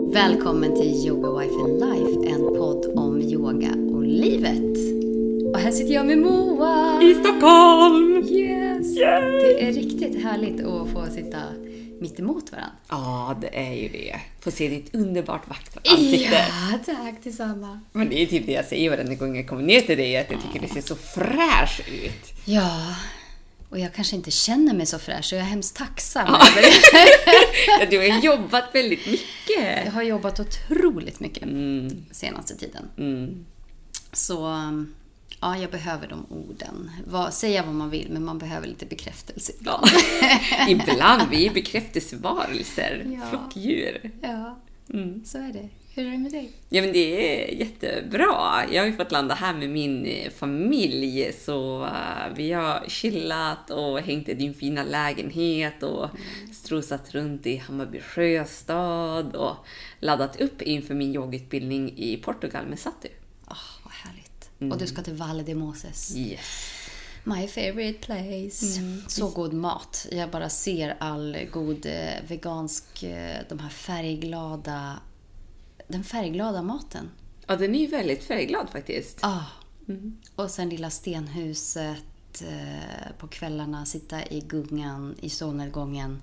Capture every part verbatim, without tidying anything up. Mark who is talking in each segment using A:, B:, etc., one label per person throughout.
A: Välkommen till Yoga Wife and Life, en podd om yoga och livet. Och här sitter jag med Moa.
B: I Stockholm!
A: Yes!
B: Yes.
A: Det är riktigt härligt att få sitta mitt emot varandra.
B: Ja, det är ju det. Få se ditt underbart vackra ansikte.
A: Ja, tack detsamma.
B: Men det är typ det jag säger varenda gång jag kommer ner till dig, att jag tycker det ser så fräsch ut.
A: Ja, och jag kanske inte känner mig så fräsch, så jag är hemskt tacksam.
B: Ja. Ja, du har jobbat väldigt mycket.
A: Jag har jobbat otroligt mycket
B: mm.
A: senaste tiden.
B: Mm.
A: Så ja, jag behöver de orden. Vad, säga vad man vill, men man behöver lite bekräftelse ibland.
B: Ja. Ibland, vi är bekräftelsevarelser,
A: Ja.
B: flockdjur.
A: Ja,
B: Mm.
A: så är det. Hur är det med dig?
B: Ja, men det är jättebra. Jag har ju fått landa här med min familj, så uh, vi har chillat och hängt i din fina lägenhet och mm. strosat runt i Hammarby Sjöstad och laddat upp inför min yogautbildning i Portugal med Satu.
A: Åh, oh, vad härligt.
B: Mm.
A: Och du ska till Valle de Moses.
B: Yes.
A: My favorite place. Mm. Så god mat. Jag bara ser all god eh, vegansk, eh, de här färgglada, den färgglada maten.
B: Ja, den är ju väldigt färgglad faktiskt.
A: Ja. Ah. Mm. Och sen lilla stenhuset eh, på kvällarna, sitta i gungan i solnedgången.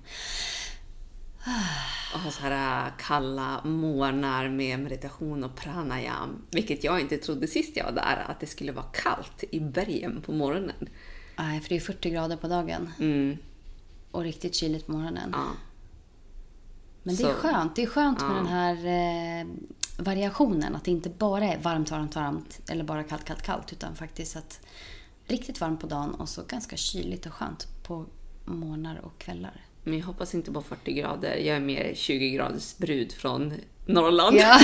B: Och ha så här kalla morgnar med meditation och pranayam. Vilket jag inte trodde sist jag var där, att det skulle vara kallt i bergen på morgonen.
A: Nej, för det är fyrtio grader på dagen.
B: Mm.
A: Och riktigt kyligt på morgonen.
B: Ja.
A: Men det är
B: så,
A: skönt. Det är skönt
B: ja.
A: med den här eh, variationen. Att det inte bara är varmt, varmt, varmt. Eller bara kallt, kallt, kallt. Utan faktiskt att riktigt varmt på dagen och så ganska kyligt och skönt på morgnar och kvällar.
B: Men jag hoppas inte på fyrtio grader. Jag är mer tjugo graders brud från Norrland.
A: Ja.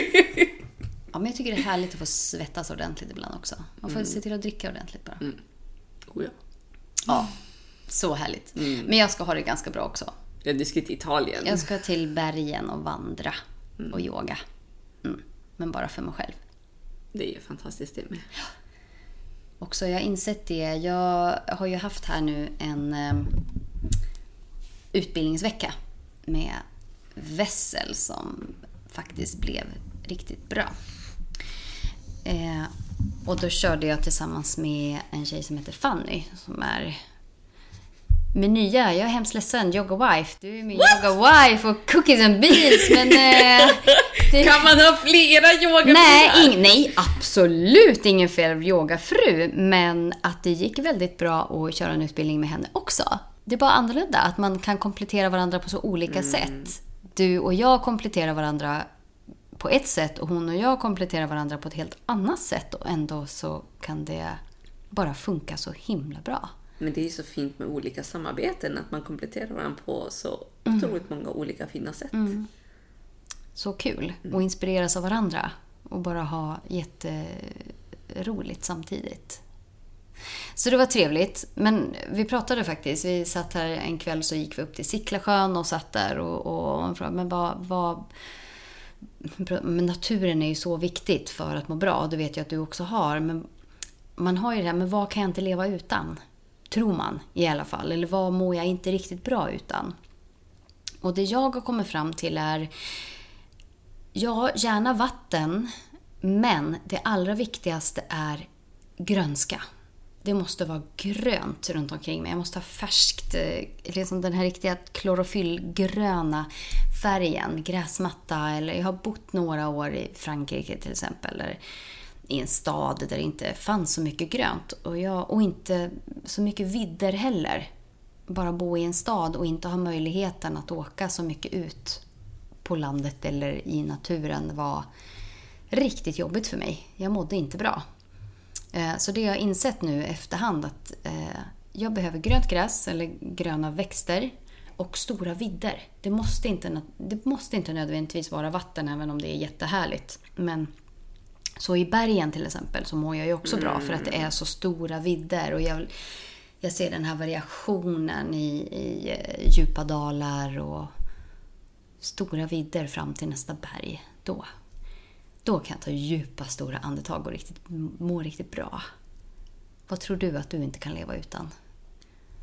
A: Ja, men jag tycker det är härligt att få svettas ordentligt ibland också. Man får mm. se till att dricka ordentligt bara.
B: Mm. Oh ja.
A: Ja, så härligt.
B: Mm.
A: Men jag ska ha det ganska bra också.
B: Ja, du ska till Italien.
A: Jag ska till bergen och vandra
B: mm.
A: och yoga. Mm. Men bara för mig själv.
B: Det är ju fantastiskt det med.
A: Ja. Också jag har insett det. Jag har ju haft här nu en um, utbildningsvecka med Vessel som faktiskt blev riktigt bra. Eh, och då körde jag tillsammans med en tjej som heter Fanny som är min nya, jag är hemskt ledsen, Yoga Wife. Du är min What? Yoga Wife och cookies and beans, men eh, det...
B: Kan man ha flera yoga?
A: Nej, ing, nej, absolut ingen fel yogafru, men att det gick väldigt bra att köra en utbildning med henne också. Det är bara annorlunda, att man kan komplettera varandra på så olika mm. sätt. Du och jag kompletterar varandra på ett sätt och hon och jag kompletterar varandra på ett helt annat sätt, och ändå så kan det bara funka så himla bra.
B: Men det är ju så fint med olika samarbeten, att man kompletterar varandra på så mm. otroligt många olika fina sätt.
A: Mm. Så kul. Mm. Och inspireras av varandra. Och bara ha jätteroligt samtidigt. Så det var trevligt. Men vi pratade faktiskt. Vi satt här en kväll, så gick vi upp till Sicklasjön och satt där. Och, och, och men vad... vad men naturen är ju så viktigt för att må bra. Det vet jag att du också har. Men man har ju det här, men vad kan jag inte leva utan? Tror man i alla fall. Eller vad mår jag inte riktigt bra utan? Och det jag har kommit fram till är, ja, gärna vatten, men det allra viktigaste är grönska. Det måste vara grönt runt omkring mig. Jag måste ha färskt, liksom den här riktiga klorofyllgröna färgen, gräsmatta. Eller jag har bott några år i Frankrike till exempel, eller i en stad där det inte fanns så mycket grönt. Och, jag, och inte så mycket vidder heller. Bara bo i en stad och inte ha möjligheten att åka så mycket ut på landet eller i naturen var riktigt jobbigt för mig. Jag mådde inte bra. Så det jag har insett nu efterhand, att jag behöver grönt gräs eller gröna växter och stora vidder. Det måste inte, det måste inte nödvändigtvis vara vatten, även om det är jättehärligt. Men så i bergen till exempel så mår jag ju också bra, för att det är så stora vidder. Och jag, jag ser den här variationen i, i djupa dalar och stora vidder fram till nästa berg. Då, då kan jag ta djupa stora andetag och riktigt, må riktigt bra. Vad tror du att du inte kan leva utan?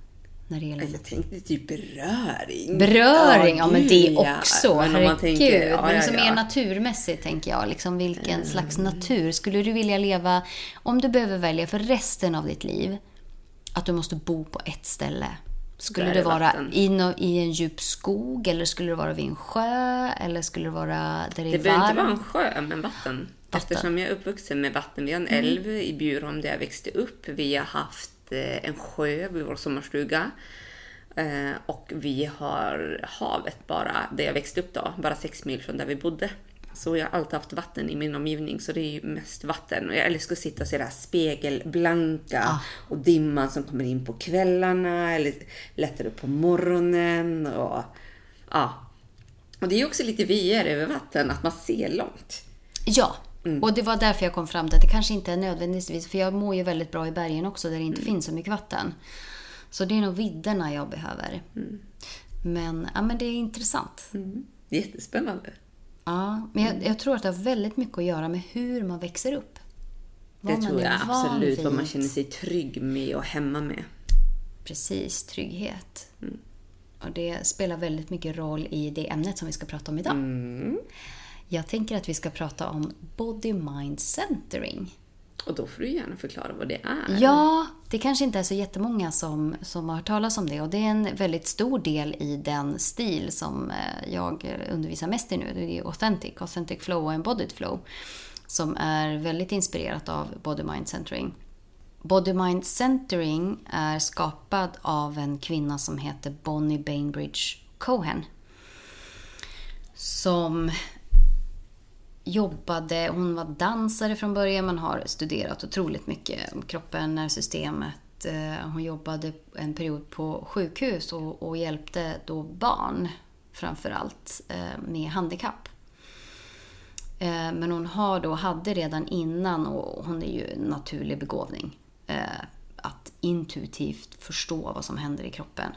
A: när det gäller...
B: Jag tänkte typ beröring.
A: Beröring, ja, ja men det
B: ja.
A: också. Men om man tänker, ja,
B: men
A: ja, som
B: ja.
A: är naturmässigt, tänker jag. Liksom vilken mm. slags natur skulle du vilja leva, om du behöver välja för resten av ditt liv, att du måste bo på ett ställe? Skulle det, det vara in i en djup skog, eller skulle det vara vid en sjö, eller skulle det vara där det är
B: Det behöver
A: varm?
B: inte vara en sjö, men vatten. vatten. Eftersom jag är uppvuxen med vatten. Vi har en mm. älv i Bjurholm där jag växte upp. Vi har haft en sjö vid vår sommarstuga. Och vi har havet bara där jag växte upp då. Bara sex mil från där vi bodde. Så jag har alltid haft vatten i min omgivning. Så det är ju mest vatten. Och jag älskar att sitta och se det här spegelblanka. Ah. Och dimman som kommer in på kvällarna. Eller lättar upp på morgonen. Och, ja. och det är ju också lite vyer över vatten. Att man ser långt.
A: Ja. Mm. Och det var därför jag kom fram till att det kanske inte är nödvändigtvis. För jag mår ju väldigt bra i bergen också. Där det inte mm. finns så mycket vatten. Så det är nog vidderna jag behöver. Mm. Men, ja, men det är intressant.
B: Mm. Jättespännande.
A: Ja, men jag, jag tror att det har väldigt mycket att göra med hur man växer upp.
B: Vad det tror jag absolut. Vad man känner sig trygg med och hemma med.
A: Precis, trygghet. Mm. Och det spelar väldigt mycket roll i det ämnet som vi ska prata om idag. Mm. Jag tänker att vi ska prata om body-mind centering.
B: Och då får du gärna förklara vad det är.
A: Ja, det kanske inte är så jättemånga som, som har hört talas om det. Och det är en väldigt stor del i den stil som jag undervisar mest i nu. Det är Authentic, Authentic Flow och Embodied Flow. Som är väldigt inspirerat av body-mind centering. Body-mind centering är skapad av en kvinna som heter Bonnie Bainbridge Cohen. Som... jobbade, hon var dansare från början, men har studerat otroligt mycket om kroppen, nervsystemet. Hon jobbade en period på sjukhus och, och hjälpte då barn framförallt med handikapp. Men hon har då, hade redan innan, och hon är ju en naturlig begåvning, att intuitivt förstå vad som händer i kroppen.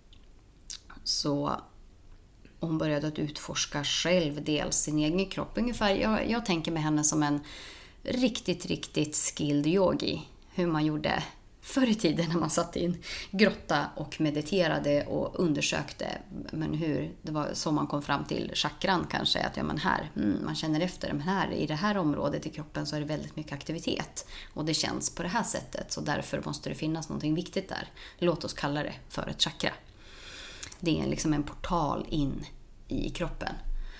A: Så hon började att utforska själv dels sin egen kropp. Ungefär, jag, jag tänker med henne som en riktigt, riktigt skilled yogi. Hur man gjorde förr i tiden när man satt i en grotta och mediterade och undersökte. Men hur, det var så man kom fram till chakran kanske. Att ja, men här, mm, man känner efter. Men här, i det här området i kroppen så är det väldigt mycket aktivitet. Och det känns på det här sättet. Så därför måste det finnas någonting viktigt där. Låt oss kalla det för ett chakra. Det är liksom en portal in i kroppen.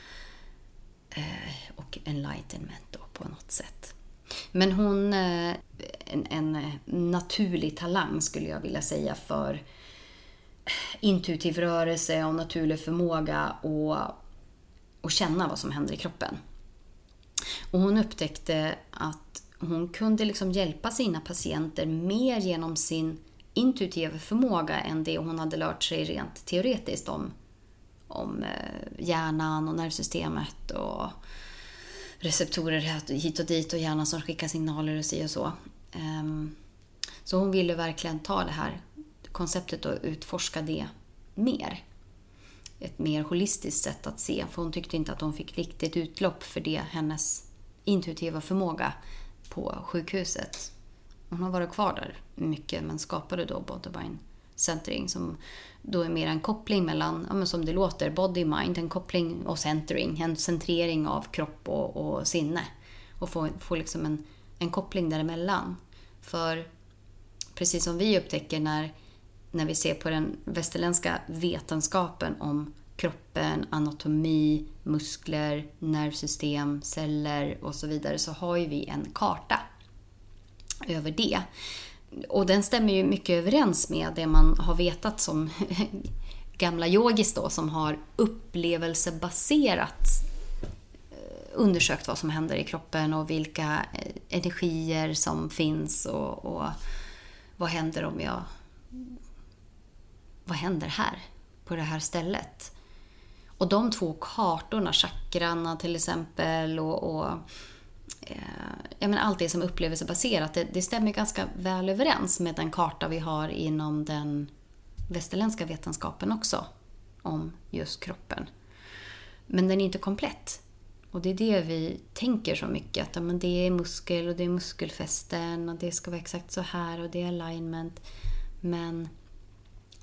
A: Eh, och enlightenment då på något sätt. Men hon, eh, en, en naturlig talang skulle jag vilja säga för intuitiv rörelse och naturlig förmåga och, och känna vad som händer i kroppen. Och hon upptäckte att hon kunde liksom hjälpa sina patienter mer genom sin intuitiva förmåga än det hon hade lärt sig rent teoretiskt om, om hjärnan och nervsystemet och receptorer hit och dit och hjärnan som skickar signaler och så och så. Så hon ville verkligen ta det här konceptet och utforska det mer. Ett mer holistiskt sätt att se, för hon tyckte inte att hon fick riktigt utlopp för det, hennes intuitiva förmåga på sjukhuset. Hon har varit kvar där mycket, men skapade då body-mind centering som då är mer en koppling mellan, ja, men som det låter, body-mind, en koppling och centering, en centrering av kropp och, och sinne. Och få, få liksom en, en koppling däremellan. För precis som vi upptäcker när, när vi ser på den västerländska vetenskapen om kroppen, anatomi, muskler, nervsystem, celler och så vidare, så har ju vi en karta över det. Och den stämmer ju mycket överens med det man har vetat som gamla yogis då, som har upplevelsebaserat undersökt vad som händer i kroppen och vilka energier som finns och, och vad händer om jag vad händer här på det här stället. Och de två kartorna, chakrarna till exempel och, och jag menar, allt det som är upplevelsebaserat, det, det stämmer ganska väl överens med den karta vi har inom den västerländska vetenskapen också om just kroppen. Men den är inte komplett. Och det är det vi tänker så mycket, att men det är muskel och det är muskelfästen och det ska vara exakt så här och det är alignment. Men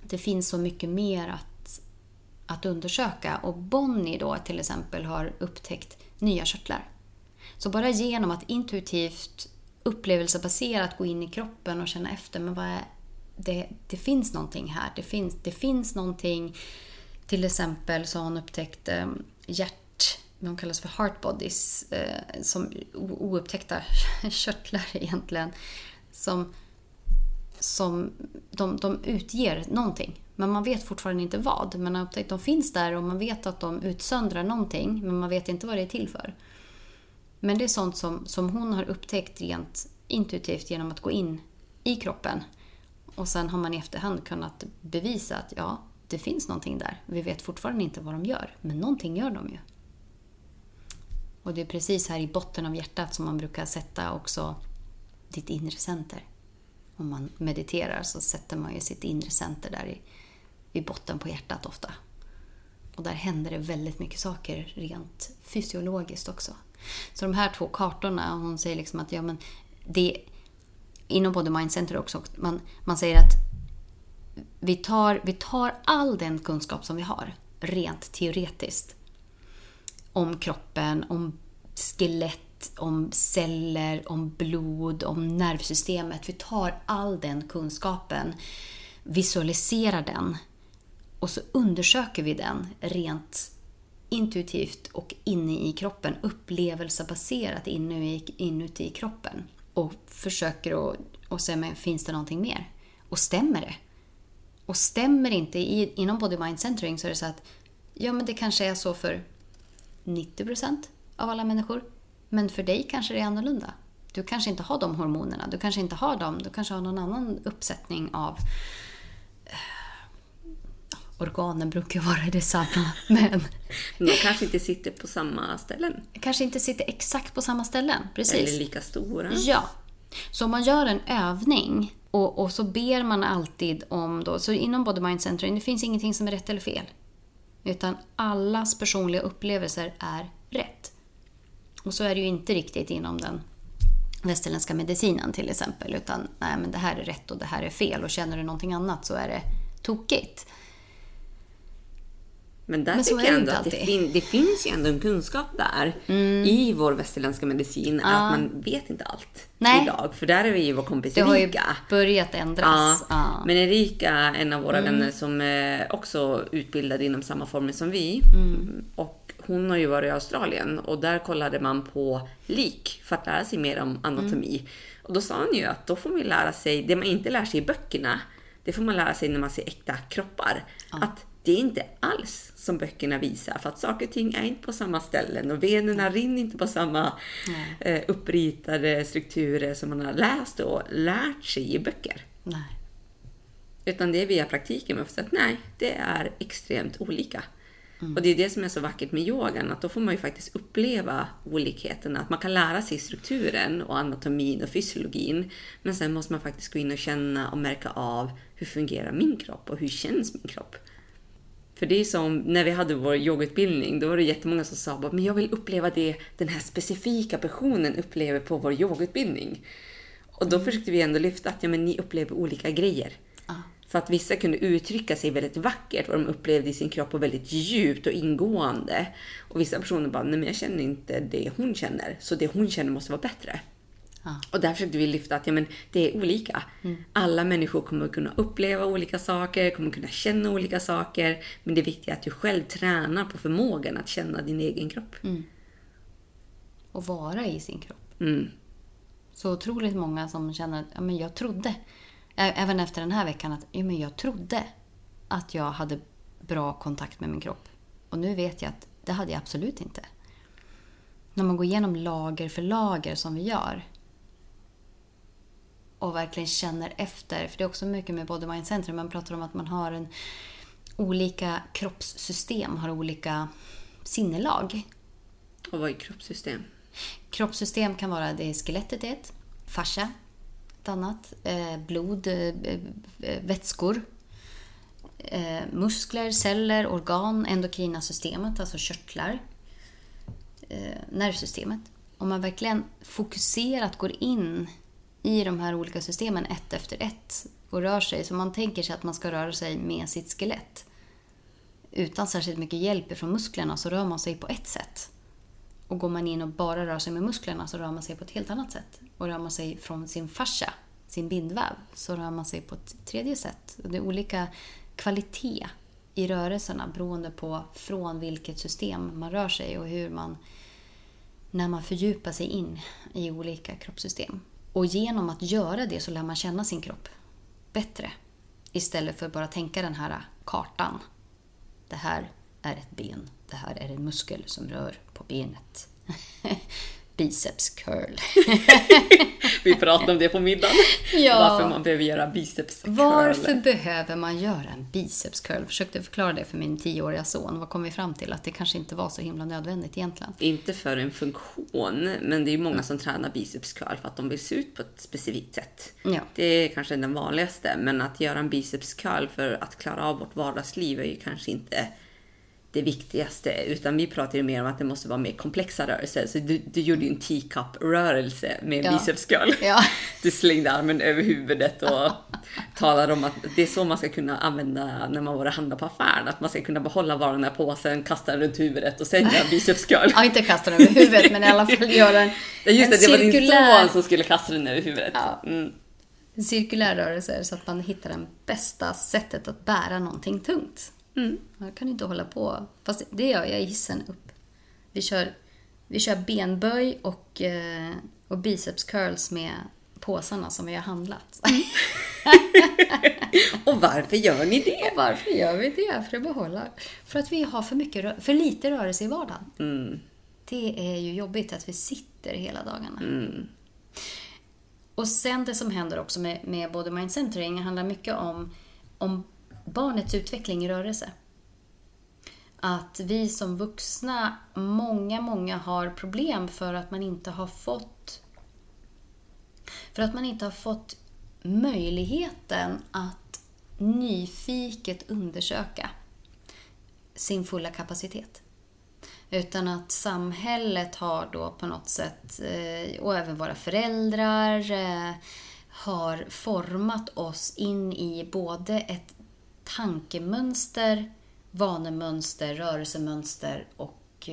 A: det finns så mycket mer att, att undersöka. Och Bonnie då till exempel har upptäckt nya körtlar. Så bara genom att intuitivt, upplevelsebaserat gå in i kroppen och känna efter, men vad är det, det finns någonting här. Det finns, det finns någonting. Till exempel så har hon upptäckt eh, hjärt, de kallas för heart bodies, eh, som oupptäckta körtlar egentligen. Som, som de, de utger någonting. Men man vet fortfarande inte vad. Man har upptäckt att de finns där och man vet att de utsöndrar någonting. Men man vet inte vad det är till för. Men det är sånt som, som hon har upptäckt rent intuitivt genom att gå in i kroppen. Och sen har man i efterhand kunnat bevisa att ja, det finns någonting där. Vi vet fortfarande inte vad de gör. Men någonting gör de ju. Och det är precis här i botten av hjärtat som man brukar sätta också ditt inre center. Om man mediterar så sätter man ju sitt inre center där i, i botten på hjärtat ofta. Och där händer det väldigt mycket saker rent fysiologiskt också. Så de här två kartorna, hon säger liksom att ja, men det inom Body Mind Center också, man, man säger att vi tar, vi tar all den kunskap som vi har rent teoretiskt om kroppen, om skelett, om celler, om blod, om nervsystemet. Vi tar all den kunskapen, visualiserar den och så undersöker vi den rent intuitivt och inne i kroppen, upplevelsebaserat inuti, inuti i kroppen. Och försöker att och se om finns det någonting mer. Och stämmer det? Och stämmer inte i, inom Body Mind Centering så är det så att ja, men det kanske är så för nittio procent av alla människor. Men för dig kanske det är annorlunda. Du kanske inte har de hormonerna. Du kanske inte har dem. Du kanske har någon annan uppsättning av organen brukar vara detsamma. Men
B: de kanske inte sitter på samma ställen.
A: Kanske inte sitter exakt på samma ställen. Precis.
B: Eller lika stora.
A: Ja. Så om man gör en övning och, och så ber man alltid om då, så inom Body Mind Centering det finns ingenting som är rätt eller fel. Utan allas personliga upplevelser är rätt. Och så är det ju inte riktigt inom den västerländska medicinen till exempel. Utan nej, men det här är rätt och det här är fel. Och känner du någonting annat så är det tokigt.
B: Men där
A: Men
B: tycker jag ändå att det, fin- det finns ju ändå en kunskap där mm. i vår västerländska medicin ja. Att man vet inte allt Nej. Idag. För där är vi ju vår kompis
A: Erika.
B: Det
A: har ju börjat ändras.
B: Ja. Ja. Men Erika, en av våra mm. vänner som är också utbildad inom samma former som vi. Mm. Och hon har ju varit i Australien och där kollade man på lik för att lära sig mer om anatomi. Mm. Och då sa hon ju att då får man lära sig, det man inte lär sig i böckerna, det får man lära sig när man ser äkta kroppar. Ja. Att det är inte alls som böckerna visar. För att saker och ting är inte på samma ställen. Och venerna mm. rinner inte på samma eh, uppritade strukturer som man har läst och lärt sig i böcker.
A: Nej.
B: Utan det är via praktiken. Man får säga att nej, det är extremt olika. Mm. Och det är det som är så vackert med yogan. Att då får man ju faktiskt uppleva olikheterna. Att man kan lära sig strukturen och anatomin och fysiologin. Men sen måste man faktiskt gå in och känna och märka av hur fungerar min kropp och hur känns min kropp. För det är som när vi hade vår yogautbildning, då var det jättemånga som sa men jag vill uppleva det den här specifika personen upplever på vår yogautbildning. Och då mm. försökte vi ändå lyfta att ja, men ni upplever olika grejer. Ah. För att vissa kunde uttrycka sig väldigt vackert vad de upplevde i sin kropp och väldigt djupt och ingående. Och vissa personer bara, nej men jag känner inte det hon känner, så det hon känner måste vara bättre. Ah. Och där försökte vi lyfta att ja, men det är olika. Mm. Alla människor kommer kunna uppleva olika saker, kommer kunna känna olika saker. Men det är viktigt att du själv tränar på förmågan att känna din egen kropp.
A: Mm. Och vara i sin kropp.
B: Mm.
A: Så otroligt många som känner att ja, men jag trodde, även efter den här veckan, att ja, men jag trodde att jag hade bra kontakt med min kropp. Och nu vet jag att det hade jag absolut inte. När man går igenom lager för lager som vi gör och verkligen känner efter, för det är också mycket med Body Mind Center, man pratar om att man har en olika kroppssystem, har olika sinnelag.
B: Och vad är kroppssystem?
A: Kroppssystem kan vara, det är skelettet ett, fascia ett annat, eh, blod, eh, vätskor, eh, muskler, celler, organ, endokrina systemet, alltså körtlar, eh, nervsystemet. Om man verkligen fokuserat går in i de här olika systemen ett efter ett och rör sig. Så man tänker sig att man ska röra sig med sitt skelett. Utan särskilt mycket hjälp från musklerna så rör man sig på ett sätt. Och går man in och bara rör sig med musklerna så rör man sig på ett helt annat sätt. Och rör man sig från sin fascia, sin bindväv, så rör man sig på ett tredje sätt. Och det är olika kvalitet i rörelserna beroende på från vilket system man rör sig och hur man, när man fördjupar sig in i olika kroppssystem. Och genom att göra det så lär man känna sin kropp bättre. Istället för att bara tänka den här kartan. Det här är ett ben. Det här är en muskel som rör på benet. Biceps curl.
B: Vi pratade om det på middagen.
A: Ja.
B: Varför man behöver göra biceps curl.
A: Varför behöver man göra en biceps curl? Jag försökte förklara det för min tioåriga son. Vad kom vi fram till? Att det kanske inte var så himla nödvändigt egentligen.
B: Inte för en funktion, men det är många som tränar biceps curl för att de vill se ut på ett specifikt sätt.
A: Ja.
B: Det är kanske den vanligaste, men att göra en biceps curl för att klara av vårt vardagsliv är ju kanske inte det viktigaste, utan vi pratar ju mer om att det måste vara mer komplexa rörelser. Så du, du gjorde ju en teacup-rörelse med
A: Ja.
B: biceps curl.
A: Ja.
B: Du slängde armen över huvudet och talade om att det är så man ska kunna använda när man var och handlar på affären. Att man ska kunna behålla varan i påsen, kasta den runt huvudet och sen göra biceps curl.
A: Ja, inte kasta den över huvudet, men i alla fall göra en,
B: Just
A: en
B: det, det var din
A: cirkulär,
B: son som skulle kasta den över huvudet.
A: Ja.
B: Mm.
A: en cirkulär rörelse så att man hittar det bästa sättet att bära någonting tungt.
B: Mm.
A: Jag kan inte hålla på. Fast det gör jag i hissen upp. Vi kör, vi kör benböj och, eh, och biceps curls med påsarna som vi har handlat.
B: Och varför gör ni det?
A: Och varför gör vi det? För att behålla. För att vi har för, mycket, rö- för lite rörelse i vardagen.
B: Mm.
A: Det är ju jobbigt att vi sitter hela dagarna.
B: Mm.
A: Och sen det som händer också med, med både mindcentering handlar mycket om, om barnets utveckling i rörelse. Att vi som vuxna, många, många har problem för att man inte har fått för att man inte har fått möjligheten att nyfiket undersöka sin fulla kapacitet. Utan att samhället har då på något sätt, och även våra föräldrar, har format oss in i både ett tankemönster, vanemönster, rörelsemönster och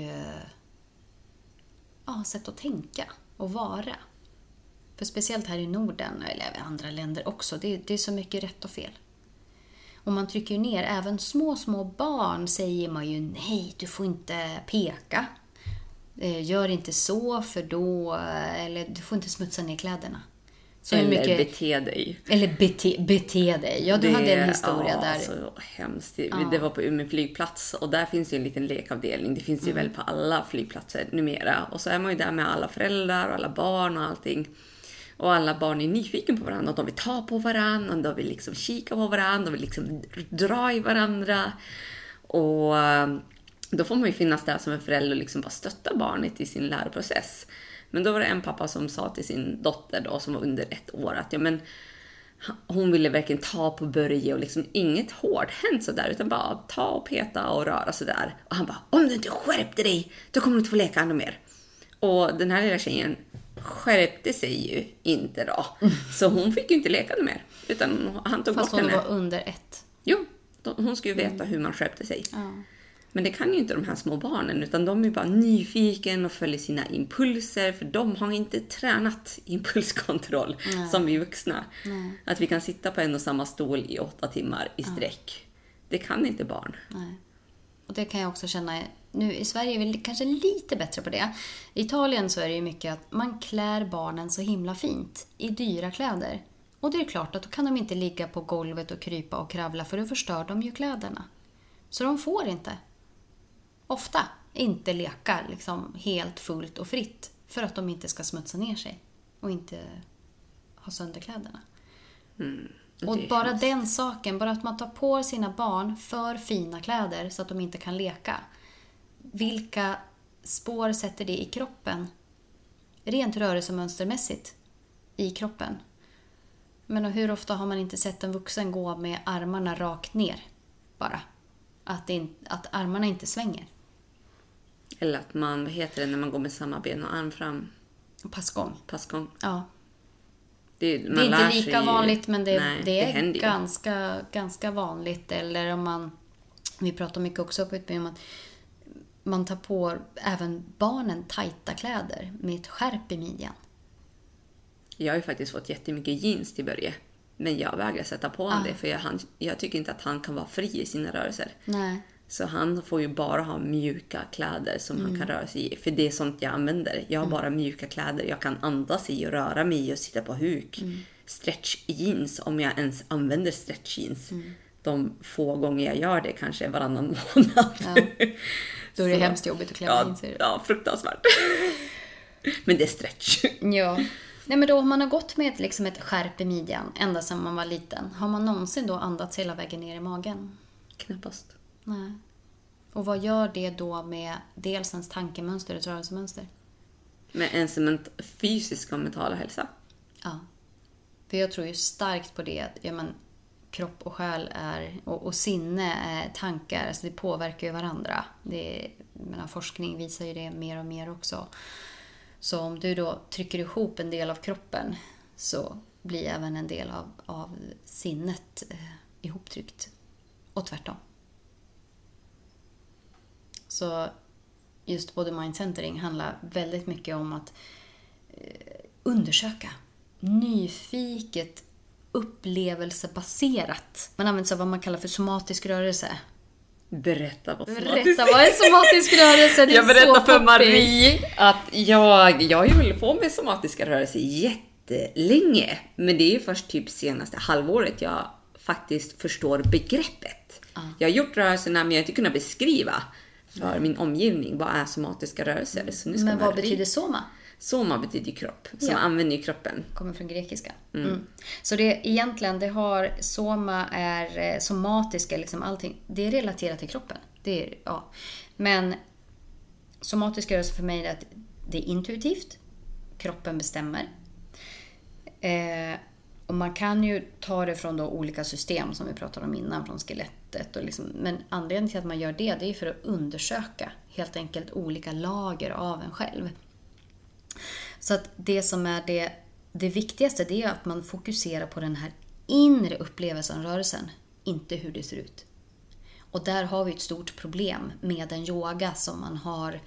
A: ja, sätt att tänka och vara. För speciellt här i Norden, eller i andra länder också, det, det är så mycket rätt och fel. Och man trycker ner, även små, små barn säger man ju nej, du får inte peka. Gör inte så för då, eller du får inte smutsa ner kläderna. Så
B: eller
A: mycket,
B: bete dig.
A: Eller bete, bete dig. Ja, du
B: det,
A: hade en historia
B: ja,
A: där.
B: Så hemskt. Det,
A: Ja.
B: det var på Umeå flygplats och där finns ju en liten lekavdelning. Det finns ju
A: Mm.
B: väl på alla flygplatser numera. Och så är man ju där med alla föräldrar och alla barn och allting. Och alla barn är nyfiken på varandra och de vill ta på varandra och de vill liksom kika på varandra, de vill liksom dra i varandra. Och då får man ju finnas där som en förälder och liksom bara stötta barnet i sin läroprocess. Men då var det en pappa som sa till sin dotter då, som var under ett år, att ja, men hon ville verkligen ta på Börje och liksom inget hårdhänt sådär, utan bara ta och peta och röra sådär. Och han bara, om du inte skärpte dig, då kommer du inte få leka ännu mer. Och den här lilla tjejen skärpte sig ju inte då. Så hon fick ju inte leka mer, utan han tog
A: Fast
B: bort henne.
A: hon var under ett.
B: Jo, hon skulle ju veta hur man skärpte sig.
A: Ja.
B: Men det kan ju inte de här små barnen, utan de är bara nyfiken och följer sina impulser, för de har inte tränat impulskontroll. Nej. Som vi vuxna. Nej. Att vi kan sitta på en och samma stol i åtta timmar i sträck. Ja. Det kan inte barn.
A: Nej. Och det kan jag också känna, nu i Sverige är vi kanske lite bättre på det. I Italien så är det ju mycket att man klär barnen så himla fint i dyra kläder. Och det är klart att då kan de inte ligga på golvet och krypa och kravla, för då förstör de ju kläderna. Så de får inte, ofta, inte leka liksom helt fullt och fritt, för att de inte ska smutsa ner sig och inte ha sönder kläderna.
B: Mm.
A: Och bara den saken, bara att man tar på sina barn för fina kläder så att de inte kan leka. Vilka spår sätter det i kroppen? Rent rörelsemönstermässigt i kroppen. Men hur ofta har man inte sett en vuxen gå med armarna rakt ner? Bara. Att, det in, att armarna inte svänger.
B: Eller att man, vad heter det när man går med samma ben och arm fram?
A: Passgång.
B: Passgång.
A: Ja.
B: Det,
A: det är inte lika vanligt, men det,
B: nej,
A: det är
B: det
A: ganska, ganska vanligt. Eller om man, vi pratar mycket också på utbildning om att man tar på även barnen tajta kläder med ett skärp i midjan.
B: Jag har ju faktiskt fått jättemycket jeans till Börje. Men jag vägrar sätta på honom
A: Ah.
B: det. För jag, han, jag tycker inte att han kan vara fri i sina rörelser.
A: Nej.
B: Så han får ju bara ha mjuka kläder som mm. han kan röra sig i. För det är sånt jag använder. Jag har mm. bara mjuka kläder. Jag kan andas i och röra mig i och sitta på huk. Mm. Stretch jeans, om jag ens använder stretch jeans. Mm. De få gånger jag gör det, kanske varannan månad.
A: Ja. Då är det så hemskt jobbigt att klämma
B: ja,
A: in sig.
B: Ja, fruktansvärt. Men det är stretch.
A: Ja. Nej, men då om man har gått med ett, liksom ett skärp i midjan ända sedan man var liten. Har man någonsin då andats hela vägen ner i magen?
B: Knappast.
A: Nej. Och vad gör det då med dels ens tankemönster och rörelsemönster?
B: Med ens ment- fysiska och mentala hälsa?
A: Ja. För jag tror ju starkt på det. Ja, men, kropp och själ är, och, och sinne är tankar. Alltså det påverkar ju varandra. Det är, menar, forskning visar ju det mer och mer också. Så om du då trycker ihop en del av kroppen så blir även en del av, av sinnet eh, ihoptryckt. Och tvärtom. Så just body mind centering handlar väldigt mycket om att eh, undersöka. Nyfiket, upplevelsebaserat. Man använder sig av vad man kallar för somatisk rörelse.
B: Berätta vad somatisk
A: Berätta vad är somatisk rörelse? Det är
B: jag berättar
A: så
B: för
A: poppis.
B: Marie att jag, jag har ju hållit på med somatiska rörelser jättelänge. Men det är ju först typ senaste halvåret jag faktiskt förstår begreppet. Ah. Jag har gjort rörelserna, men jag har inte kunnat beskriva för mm. min omgivning vad är somatiska rörelser. Så nu ska
A: men vad
B: Marie...
A: betyder soma?
B: Soma betyder kropp, som
A: ja.
B: använder ju kroppen.
A: Kommer från grekiska.
B: Mm.
A: Mm. Så det egentligen, det har, soma är somatiska, liksom allting. Det är relaterat till kroppen. Det är, ja. Men somatisk rörelse för mig är att det är intuitivt. Kroppen bestämmer. Eh, och man kan ju ta det från då olika system som vi pratade om innan, från skelettet. Och liksom, men anledningen till att man gör det, det är för att undersöka helt enkelt olika lager av en själv. Så att det som är det, det viktigaste, det är att man fokuserar på den här inre upplevelsen, rörelsen, inte hur det ser ut. Och där har vi ett stort problem med den yoga som man har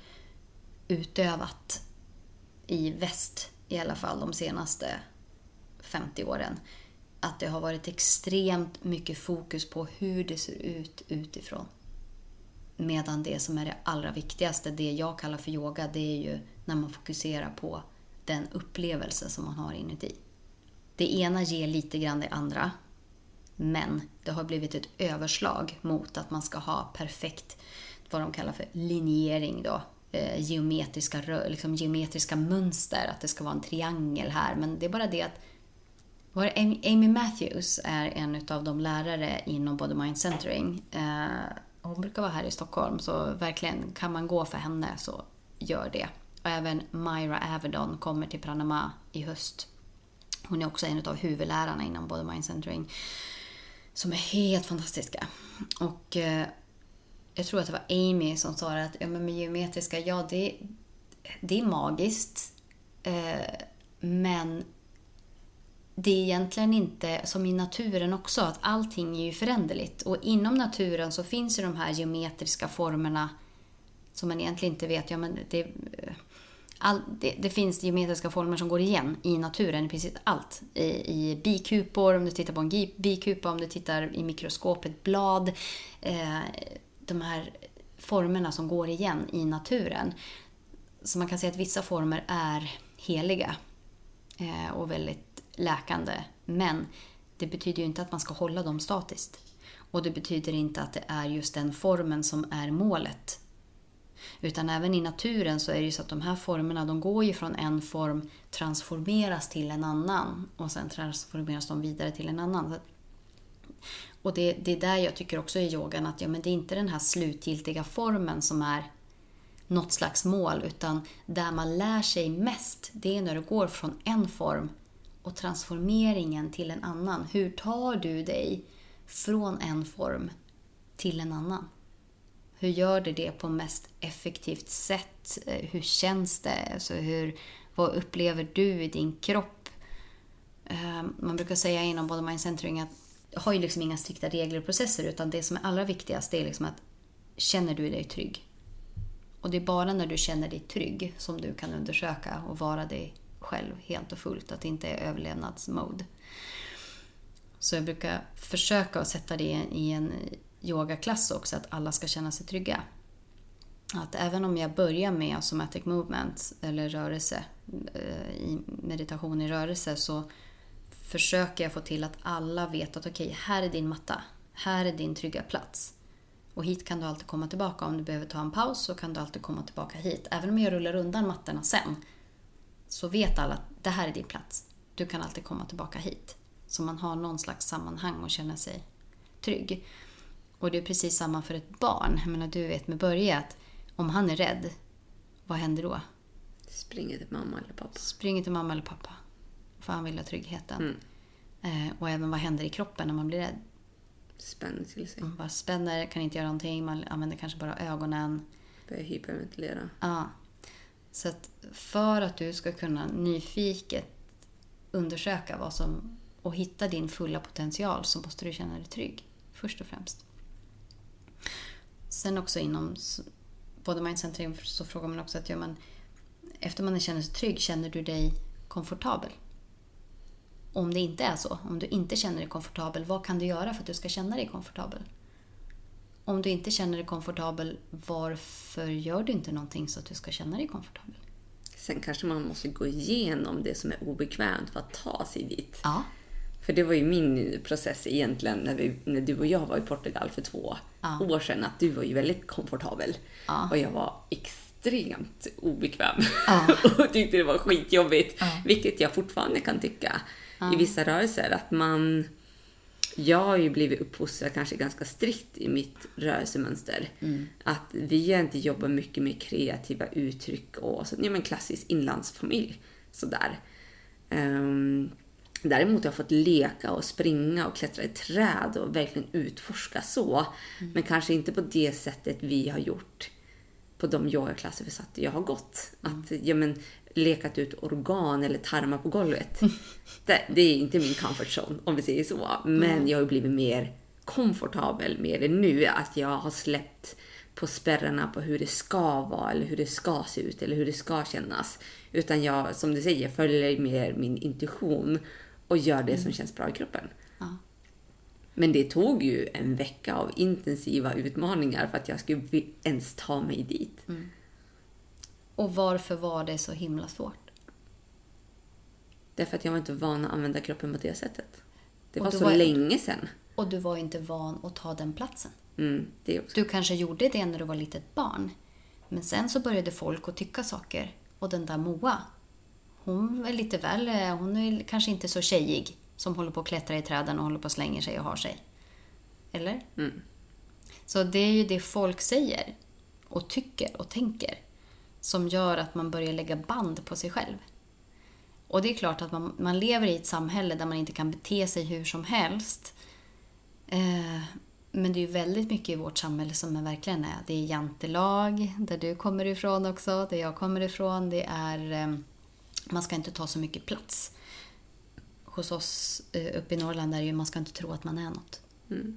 A: utövat i väst, i alla fall de senaste femtio åren. Att det har varit extremt mycket fokus på hur det ser ut utifrån. Medan det som är det allra viktigaste, det jag kallar för yoga, det är ju när man fokuserar på den upplevelse som man har inuti. Det ena ger lite grann det andra. Men det har blivit ett överslag mot att man ska ha perfekt, vad de kallar för linjering då. Eh, geometriska, liksom geometriska mönster. Att det ska vara en triangel här. Men det är bara det att Amy Matthews är en av de lärare inom Body Mind Centering. Eh, hon brukar vara här i Stockholm, så verkligen kan man gå för henne så gör det. Och även Myra Avedon kommer till Panama i höst. Hon är också en av huvudlärarna inom Body Mind Centering. Som är helt fantastiska. Och eh, jag tror att det var Amy som sa att ja, men med geometriska, ja det, det är magiskt. Eh, men det är egentligen inte som i naturen också, att allting är ju föränderligt. Och inom naturen så finns ju de här geometriska formerna som man egentligen inte vet. Ja, men det, all, det, det finns geometriska former som går igen i naturen, i princip allt. I, i bikupor, om du tittar på en bikupa, om du tittar i mikroskopet, blad. Eh, de här formerna som går igen i naturen. Så man kan säga att vissa former är heliga eh, och väldigt läkande. Men det betyder ju inte att man ska hålla dem statiskt. Och det betyder inte att det är just den formen som är målet. Utan även i naturen så är det ju så att de här formerna, de går ju från en form, transformeras till en annan. Och sen transformeras de vidare till en annan. Och det, det är där jag tycker också i yogan att ja, men det är inte den här slutgiltiga formen som är något slags mål. Utan där man lär sig mest, det är när du går från en form och transformeringen till en annan. Hur tar du dig från en form till en annan? Hur gör du det på mest effektivt sätt? Hur känns det? Alltså hur, vad upplever du i din kropp? eh, man brukar säga inom Body Mind Centering att jag har ju liksom inga strikta regler och processer, utan det som är allra viktigast är liksom att känner du dig trygg? Och det är bara när du känner dig trygg som du kan undersöka och vara dig själv helt och fullt, att det inte är överlevnadsmode. Så jag brukar försöka att sätta det i en yogaklass också, att alla ska känna sig trygga. Att även om jag börjar med somatic movement eller rörelse, i meditation i rörelse, så försöker jag få till att alla vet att okej, okay, här är din matta, här är din trygga plats. Och hit kan du alltid komma tillbaka. Om du behöver ta en paus så kan du alltid komma tillbaka hit. Även om jag rullar undan mattorna sen, så vet alla att det här är din plats. Du kan alltid komma tillbaka hit. Så man har någon slags sammanhang och känner sig trygg. Och det är precis samma för ett barn. Jag menar, du vet med Börje att om han är rädd, vad händer då?
B: Springer till mamma eller pappa.
A: Springer till mamma eller pappa. För han vill ha tryggheten.
B: Mm.
A: Eh, och även vad händer i kroppen när man blir rädd?
B: Spänner till sig.
A: Man bara spänner, kan inte göra någonting. Man använder kanske bara ögonen.
B: Börjar hyperventilera.
A: Ja. Så att för att du ska kunna nyfiket undersöka vad som och hitta din fulla potential, så måste du känna dig trygg. Först och främst. Sen också inom Body Mind Centering så frågar man också att ja, man, efter man känner sig trygg, känner du dig komfortabel? Om det inte är så, om du inte känner dig komfortabel, vad kan du göra för att du ska känna dig komfortabel? Om du inte känner dig komfortabel, varför gör du inte någonting så att du ska känna dig komfortabel?
B: Sen kanske man måste gå igenom det som är obekvämt för att ta sig dit.
A: Ja.
B: För det var ju min process egentligen när, vi, när du och jag var i Portugal för två
A: ja.
B: år sedan. Att du var ju väldigt komfortabel.
A: Ja.
B: Och jag var extremt obekväm.
A: Ja.
B: Och tyckte det var skitjobbigt.
A: Ja.
B: Vilket jag fortfarande kan tycka
A: ja.
B: i vissa rörelser. Att man... Jag har ju blivit uppfostrad kanske ganska strikt i mitt rörelsemönster. Mm. Att vi inte jobbar mycket med kreativa uttryck och så, ja, men klassisk inlandsfamilj. Sådär. Um, däremot har jag fått leka och springa och klättra i träd och verkligen utforska så. Mm. Men kanske inte på det sättet vi har gjort på de yogaklasser vi satt jag har gått. Mm. Att ja, men, lekat ut organ eller tarmar på golvet. Mm. Det, det är inte min comfort zone, om vi säger så. Men mm. jag har blivit mer komfortabel med det nu. Att jag har släppt på spärrarna på hur det ska vara eller hur det ska se ut eller hur det ska kännas. Utan jag, som du säger, följer mer min intuition och gör det mm. som känns bra i kroppen.
A: Ja.
B: Men det tog ju en vecka av intensiva utmaningar för att jag skulle ens ta mig dit.
A: Mm. Och varför var det så himla svårt?
B: Därför att jag var inte van att använda kroppen på det sättet. Det
A: och
B: var så
A: var,
B: länge sedan.
A: Och du var inte van att ta den platsen.
B: Mm, det också.
A: Du kanske gjorde det när du var litet barn. Men sen så började folk att tycka saker. Och den där Moa, hon är lite väl, hon är kanske inte så tjejig som håller på att klättra i träden och håller på att slänga sig och har sig. Eller?
B: Mm.
A: Så det är ju det folk säger och tycker och tänker som gör att man börjar lägga band på sig själv. Och det är klart att man, man lever i ett samhälle där man inte kan bete sig hur som helst. Eh, men det är ju väldigt mycket i vårt samhälle som är verkligen är. Det är jantelag, där du kommer ifrån också, där jag kommer ifrån. Det är, eh, man ska inte ta så mycket plats. Hos oss eh, uppe i Norrland är det ju, man ska inte tro att man är något.
B: Mm.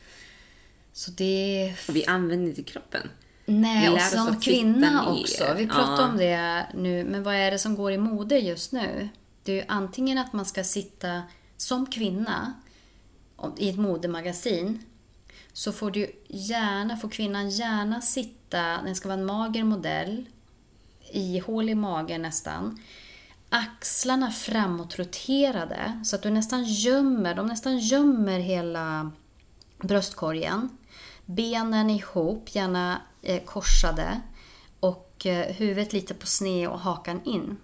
A: Så det...
B: Och vi använder inte kroppen.
A: Nej, och som kvinna också. Vi pratar ja. om det nu. Men vad är det som går i mode just nu? Det är ju antingen att man ska sitta som kvinna i ett modemagasin. Så får du gärna, får kvinnan gärna sitta, den ska vara en mager modell, i hål i magen nästan. Axlarna framåtroterade så att du nästan gömmer, de nästan gömmer hela bröstkorgen. Benen ihop, gärna eh, korsade. Och eh, huvudet lite på sned och hakan in.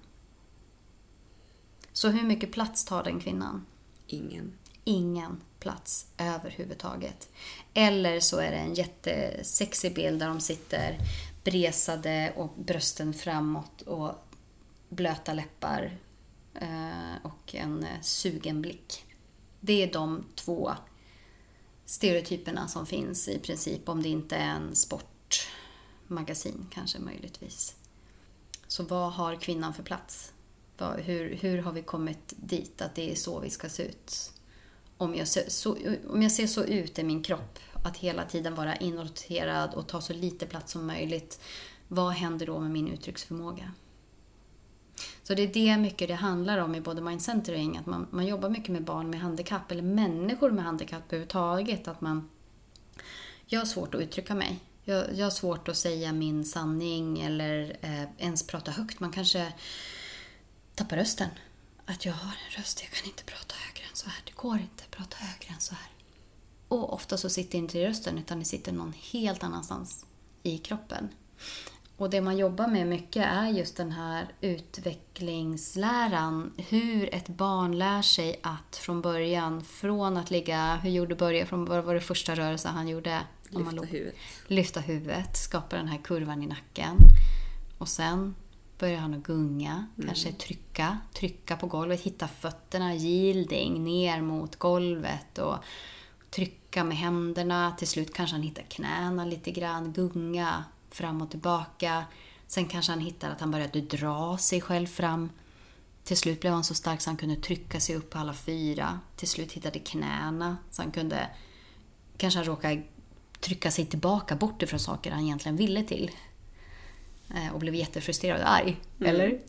A: Så hur mycket plats tar den kvinnan?
B: Ingen.
A: Ingen plats överhuvudtaget. Eller så är det en jättesexig bild där de sitter bresade och brösten framåt och blöta läppar eh, och en eh, sugen blick. Det är de två stereotyperna som finns i princip, om det inte är en sportmagasin kanske möjligtvis. Så vad har kvinnan för plats? Hur, hur har vi kommit dit att det är så vi ska se ut? Om jag, ser, så, om jag ser så ut i min kropp, att hela tiden vara inroterad och ta så lite plats som möjligt, vad händer då med min uttrycksförmåga? Så det är det mycket det handlar om i både mindcentering, att man, man jobbar mycket med barn med handikapp eller människor med handikapp överhuvudtaget, att man, jag har svårt att uttrycka mig. Jag, jag har svårt att säga min sanning eller eh, ens prata högt. Man kanske tappar rösten. Att jag har en röst, jag kan inte prata högre än så här. Det går inte att prata högre än så här. Och ofta så sitter inte i rösten, utan det sitter någon helt annanstans i kroppen. Och det man jobbar med mycket är just den här utvecklingsläran. Hur ett barn lär sig att från början, från att ligga, hur gjorde Börje, från vad var det första rörelse han gjorde?
B: Lyfta man huvudet.
A: Lyfta huvudet, skapa den här kurvan i nacken. Och sen börjar han att gunga, mm. kanske trycka, trycka på golvet, hitta fötterna, yielding ner mot golvet och trycka med händerna. Till slut kanske han hittar knäna lite grann, gunga fram och tillbaka. Sen kanske han hittar att han började dra sig själv fram. Till slut blev han så stark så han kunde trycka sig upp på alla fyra. Till slut hittade knäna så han kunde, kanske han råkade trycka sig tillbaka bort ifrån saker han egentligen ville till. Och blev jättefrustrerad och arg. Mm. Eller?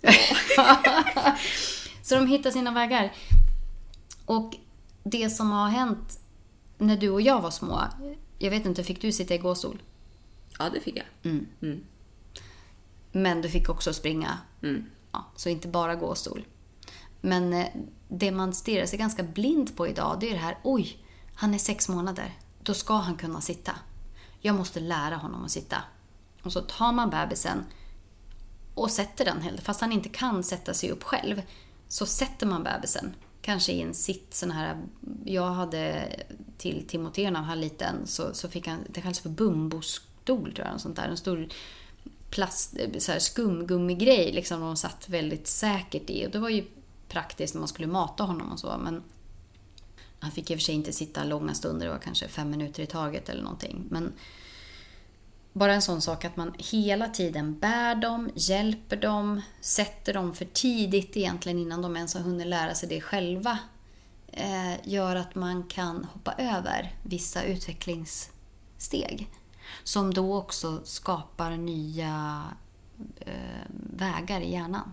A: Så de hittar sina vägar. Och det som har hänt när du och jag var små, jag vet inte, fick du sitta i gåstol?
B: Ja, det fick jag.
A: Mm.
B: Mm.
A: Men du fick också springa.
B: Mm.
A: Ja, så inte bara gåstol. Men det man stirrar sig ganska blind på idag, det är det här, oj, han är sex månader. Då ska han kunna sitta. Jag måste lära honom att sitta. Och så tar man bebisen och sätter den, fast han inte kan sätta sig upp själv, så sätter man bebisen. Kanske i en sitt sån här, jag hade till Timothée när han var liten, så, så fick han, det kallas för bumbostol tror jag, en sånt där, en stor plast, så här skumgummigrej liksom, de satt väldigt säkert i, och det var ju praktiskt när man skulle mata honom och så, men han fick i och för sig inte sitta långa stunder, det var kanske fem minuter i taget eller någonting, men bara en sån sak att man hela tiden bär dem, hjälper dem, sätter dem för tidigt egentligen innan de ens har hunnit lära sig det själva, eh, gör att man kan hoppa över vissa utvecklingssteg som då också skapar nya eh, vägar i hjärnan.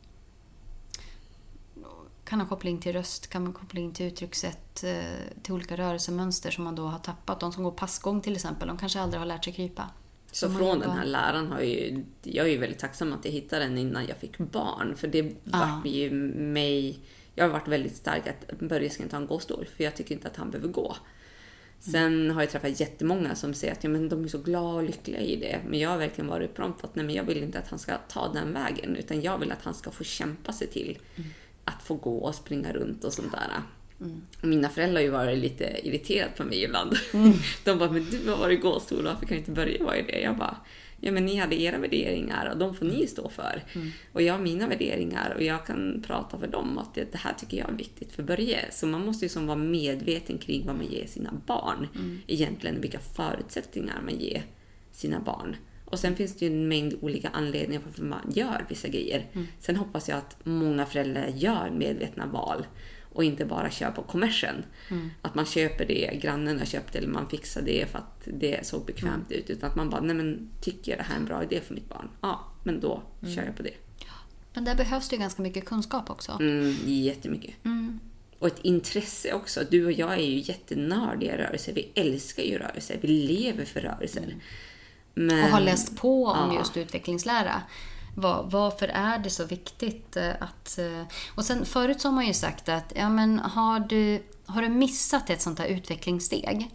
A: Kan ha koppling till röst, kan man koppling till uttryckssätt, eh, till olika rörelsemönster som man då har tappat. De som går passgång till exempel, de kanske aldrig har lärt sig krypa.
B: Så, så från den här läran har ju, jag är ju väldigt tacksam att jag hittade den innan jag fick barn. För det vart ju mig, jag har varit väldigt stark att Börje ska inte ha en gåstol, för jag tycker inte att han behöver gå. Sen har jag träffat jättemånga som säger att ja, men de är så glada och lyckliga i det. Men jag har verkligen varit prompt att nej, men jag vill inte att han ska ta den vägen, utan jag vill att han ska få kämpa sig till mm. att få gå och springa runt och sånt där. Mm. Mina föräldrar har ju varit lite irriterade på mig ibland. Mm. De bara, men du har varit i gåstol, varför kan inte Börje vara i det? Jag bara, ja men ni hade era värderingar och de får ni stå för. Mm. Och jag har mina värderingar och jag kan prata för dem att det, det här tycker jag är viktigt för Börje. Så man måste ju som vara medveten kring vad man ger sina barn. Mm. Egentligen vilka förutsättningar man ger sina barn. Och sen finns det ju en mängd olika anledningar för att man gör vissa grejer. Mm. Sen hoppas jag att många föräldrar gör medvetna val och inte bara kör på kommersen. Mm. Att man köper det grannen har köpt eller man fixar det för att det såg bekvämt mm. ut. Utan att man bara, nej men tycker jag det här är en bra idé för mitt barn? Ja, men då mm. kör jag på det.
A: Men där behövs det ju ganska mycket kunskap också.
B: Mm, jättemycket. Mm. Och ett intresse också. Du och jag är ju jättenördiga rörelser. Vi älskar ju rörelser. Vi lever för rörelser. Mm. Men,
A: och har läst på om
B: ja.
A: just utvecklingslära. Var, varför är det så viktigt att... Och sen förut så har man ju sagt att ja, men har, du, har du missat ett sånt här utvecklingssteg,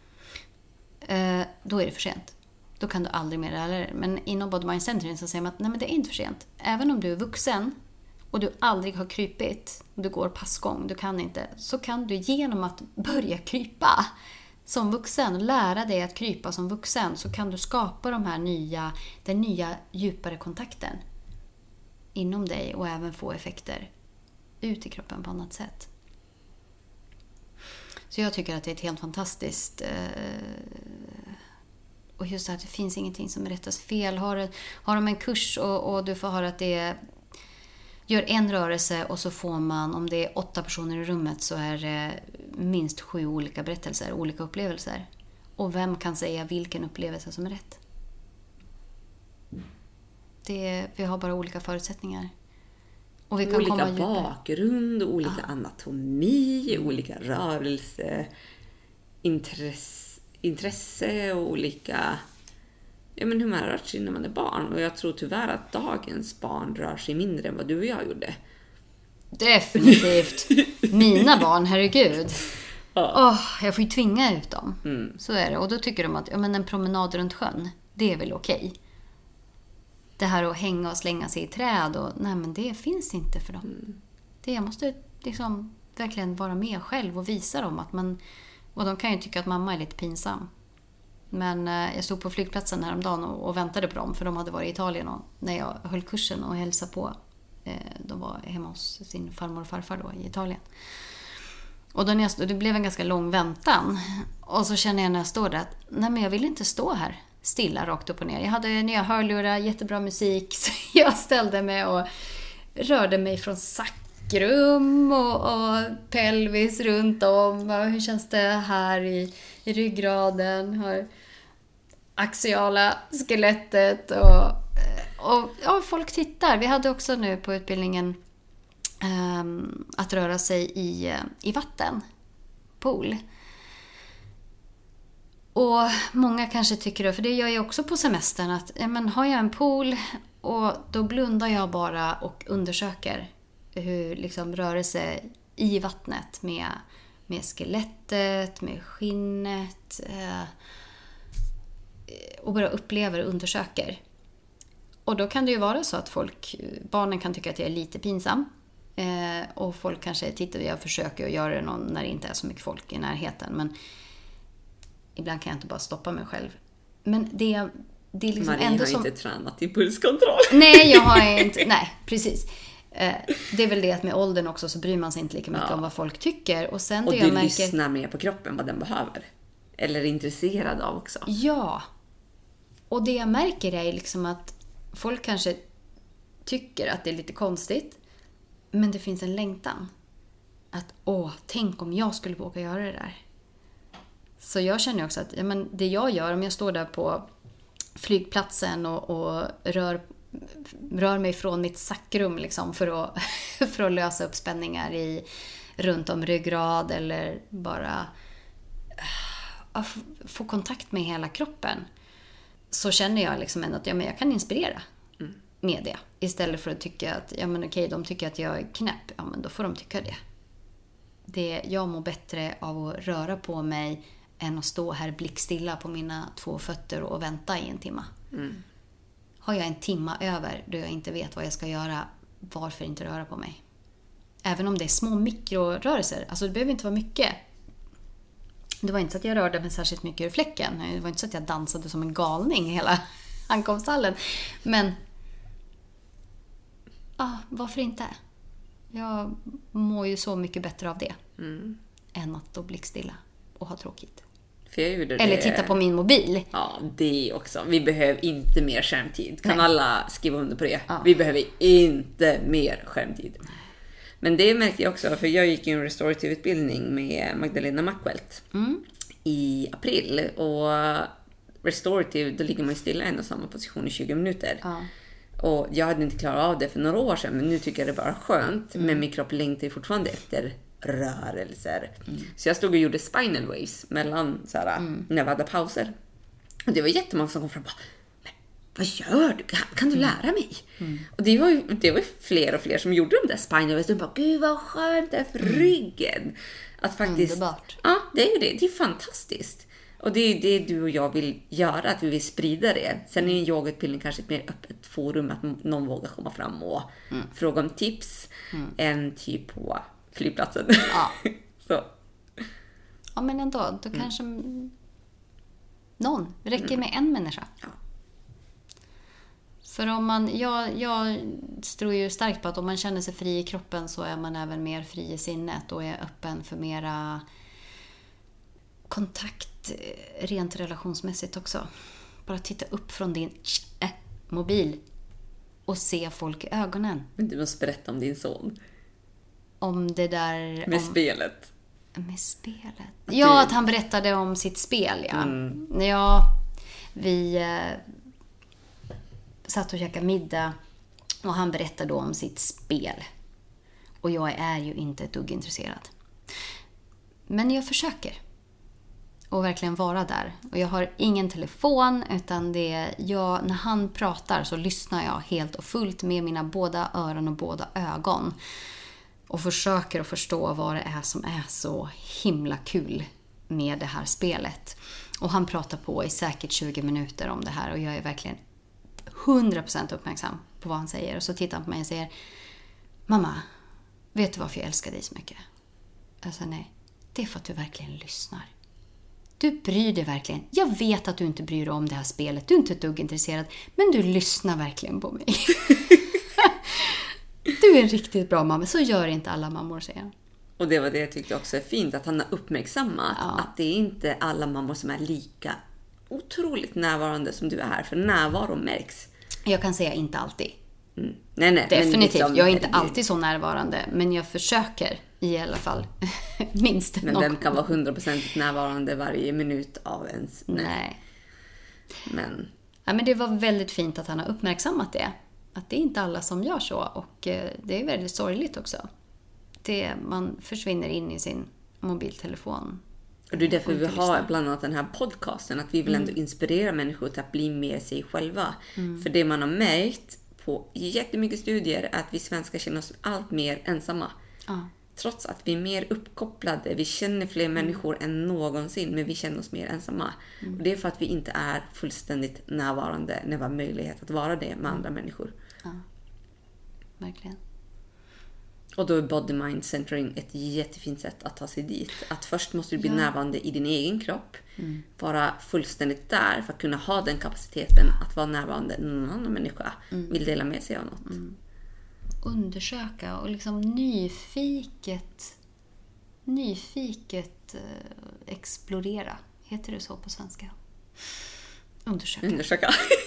A: eh, då är det för sent. Då kan du aldrig mer lära dig. Men inom Body Mind Centering så säger man att nej, men det är inte för sent. Även om du är vuxen och du aldrig har krypit, du går passgång, du kan inte, så kan du genom att börja krypa som vuxen, lära dig att krypa som vuxen, så kan du skapa de här nya, den nya djupare kontakten inom dig och även få effekter ut i kroppen på annat sätt. Så jag tycker att det är ett helt fantastiskt och just det att det finns ingenting som är rätt och fel. Har, har de en kurs och, och du får höra att det är gör en rörelse och så får man, om det är åtta personer i rummet så är det minst sju olika berättelser, olika upplevelser. Och vem kan säga vilken upplevelse som är rätt? Det, vi har bara olika förutsättningar. Och vi kan
B: olika
A: komma
B: bakgrund, olika
A: ja.
B: anatomi, olika rörelse, intresse, intresse och olika... Ja, men hur man rör sig när man är barn. Och jag tror tyvärr att dagens barn rör sig mindre än vad du och jag gjorde.
A: Definitivt. Mina barn, herregud.
B: Ja.
A: Oh, jag får ju tvinga ut dem.
B: Mm.
A: Så är det. Och då tycker de att ja, men en promenad runt sjön, det är väl okej. Det här att hänga och slänga sig i träd. Och, nej, men det finns inte för dem.
B: Mm.
A: Det, jag måste liksom verkligen vara med själv och visa dem att man... Och de kan ju tycka att mamma är lite pinsam. Men eh, jag stod på flygplatsen häromdagen och, och väntade på dem. För de hade varit i Italien och, när jag höll kursen och hälsade på. Eh, de var hemma hos sin farmor och farfar då i Italien. Och då när jag stod, det blev en ganska lång väntan. Och så känner jag när jag står där att nej, men jag vill inte stå här stilla rakt upp och ner. Jag hade nya hörlurar, jättebra musik. Så jag ställde mig och rörde mig från sakrum och, och pelvis runt om. Hur känns det här i, i ryggraden? Har axiala skelettet och, och ja, folk tittar. Vi hade också nu på utbildningen um, att röra sig i, i vatten. Pool. Och många kanske tycker då, för det gör jag också på semestern, att ja, men har jag en pool och då blundar jag bara och undersöker hur liksom rörelse i vattnet med, med skelettet, med skinnet eh, och bara upplever och undersöker. Och då kan det ju vara så att folk, barnen kan tycka att jag är lite pinsam eh, och folk kanske tittar, jag försöker att göra det någon, när det inte är så mycket folk i närheten, men ibland kan jag inte bara stoppa mig själv. Men det, det är liksom
B: Marie
A: ändå
B: har
A: som...
B: inte tränat i pulskontroll.
A: Nej, jag har inte... Nej, precis. Det är väl det att med åldern också så bryr man sig inte lika mycket ja. om vad folk tycker. Och, sen
B: och
A: det
B: du
A: jag märker...
B: lyssnar mer på kroppen vad den behöver. Eller är intresserad av också.
A: Ja. Och det jag märker är liksom att folk kanske tycker att det är lite konstigt. Men det finns en längtan. Att, åh, tänk om jag skulle våga göra det där. Så jag känner också att ja, men det jag gör, om jag står där på flygplatsen och, och rör, rör mig från mitt sakrum liksom, för, att, för att lösa upp spänningar i, runt om ryggrad eller bara uh, få kontakt med hela kroppen, så känner jag liksom ändå att ja, men jag kan inspirera mm. med det. Istället för att tycka att ja, men okej, de tycker att jag är knäpp, ja, men då får de tycka det. det. Jag mår bättre av att röra på mig än att stå här blickstilla på mina två fötter och vänta i en timma. Mm. Har jag en timma över då jag inte vet vad jag ska göra, varför inte röra på mig? Även om det är små mikrorörelser. Alltså det behöver inte vara mycket. Det var inte så att jag rörde mig särskilt mycket ur fläcken. Det var inte så att jag dansade som en galning hela ankomsthallen. Men ah, varför inte? Jag mår ju så mycket bättre av det. Mm. Än att då blickstilla och ha tråkigt.
B: För jag gjorde det.
A: Eller titta på min mobil.
B: Ja, det också. Vi behöver inte mer skärmtid. Kan Nej. alla skriva under på det?
A: Ja.
B: Vi behöver inte mer skärmtid. Men det märkte jag också, för jag gick i en restorative utbildning med Magdalena Mackwelt mm. i april. Och restorative, då ligger man stilla i en och samma position i tjugo minuter. Ja. Och jag hade inte klarat av det för några år sedan, men nu tycker jag det bara skönt. Mm. Men min kropp längtar fortfarande efter rörelser. Mm. Så jag stod och gjorde spinal waves mellan såhär, mm. när vi hade pauser. Och det var jättemånga som kom fram och bara, men vad gör du? Kan, kan du lära mig? Mm. Och det var ju det var fler och fler som gjorde de där spinal waves. De bara, gud vad skönt det är för ryggen. Att faktiskt,
A: underbart.
B: Ja, det är ju det. Det är fantastiskt. Och det är det du och jag vill göra, att vi vill sprida det. Sen är en yogautbildning kanske ett mer öppet forum, att någon vågar komma fram och mm. fråga om tips mm. än typ på flygplatsen.
A: Ja.
B: Så.
A: Ja, men ändå, då mm. kanske någon, det räcker med en människa.
B: Ja.
A: För om man, jag, jag tror ju starkt på att om man känner sig fri i kroppen så är man även mer fri i sinnet och är öppen för mera kontakt rent relationsmässigt också. Bara titta upp från din äh, mobil och se folk i ögonen.
B: Men du måste berätta om din son.
A: Om det där...
B: Med
A: om,
B: spelet.
A: Med spelet?
B: Att
A: ja,
B: du...
A: att han berättade om sitt spel, ja.
B: Mm.
A: Ja, vi eh, satt och käkade middag och han berättade då om sitt spel. Och jag är ju inte ett dugg intresserad. Men jag försöker. Och verkligen vara där. Och jag har ingen telefon, utan det är jag, när han pratar så lyssnar jag helt och fullt med mina båda öron och båda ögon. Och försöker att förstå vad det är som är så himla kul med det här spelet. Och han pratar på i säkert tjugo minuter om det här. Och jag är verkligen hundra procent uppmärksam på vad han säger. Och så tittar han på mig och säger: mamma, vet du varför jag älskar dig så mycket? Jag säger nej. Det är för att du verkligen lyssnar. Du bryr dig verkligen. Jag vet att du inte bryr dig om det här spelet. Du är inte ett dugg intresserad. Men du lyssnar verkligen på mig. Du är en riktigt bra mamma. Så gör inte alla mammor, säger han.
B: Och det var det jag tyckte också är fint. Att han har uppmärksammat
A: Ja.
B: att det är inte alla mammor som är lika otroligt närvarande som du är här. För närvaro märks.
A: Jag kan säga inte alltid.
B: Mm. Nej, nej,
A: Definitivt.
B: Men liksom,
A: jag är inte alltid så närvarande. Men jag försöker i alla fall. Minst
B: Men
A: någon.
B: vem kan vara hundra procent närvarande varje minut av ens? Nej.
A: Nej.
B: Men...
A: Ja, men det var väldigt fint att han har uppmärksammat det. Att det är inte alla som gör så. Och eh, det är väldigt sorgligt också. Det, man försvinner in i sin mobiltelefon.
B: Och det är därför vi har bland annat den här podcasten. Att vi vill ändå
A: Mm.
B: inspirera människor till att bli mer sig själva.
A: Mm.
B: För det man har märkt på jättemycket studier är att vi svenskar känner oss allt mer ensamma.
A: Ja.
B: Trots att vi är mer uppkopplade. Vi känner fler människor än någonsin. Men vi känner oss mer ensamma.
A: Mm.
B: Och det är för att vi inte är fullständigt närvarande när vi har möjlighet att vara det med andra människor.
A: Ja. Verkligen.
B: Och då är body mind centering ett jättefint sätt att ta sig dit. Att först måste du bli
A: Ja.
B: närvarande i din egen kropp.
A: Mm.
B: Vara fullständigt där för att kunna ha den kapaciteten att vara närvarande när någon annan människa
A: Mm.
B: vill dela med sig av något.
A: Mm. Undersöka och liksom nyfiket nyfiket eh, explorera. Heter det så på svenska? Undersöka.
B: Undersöka.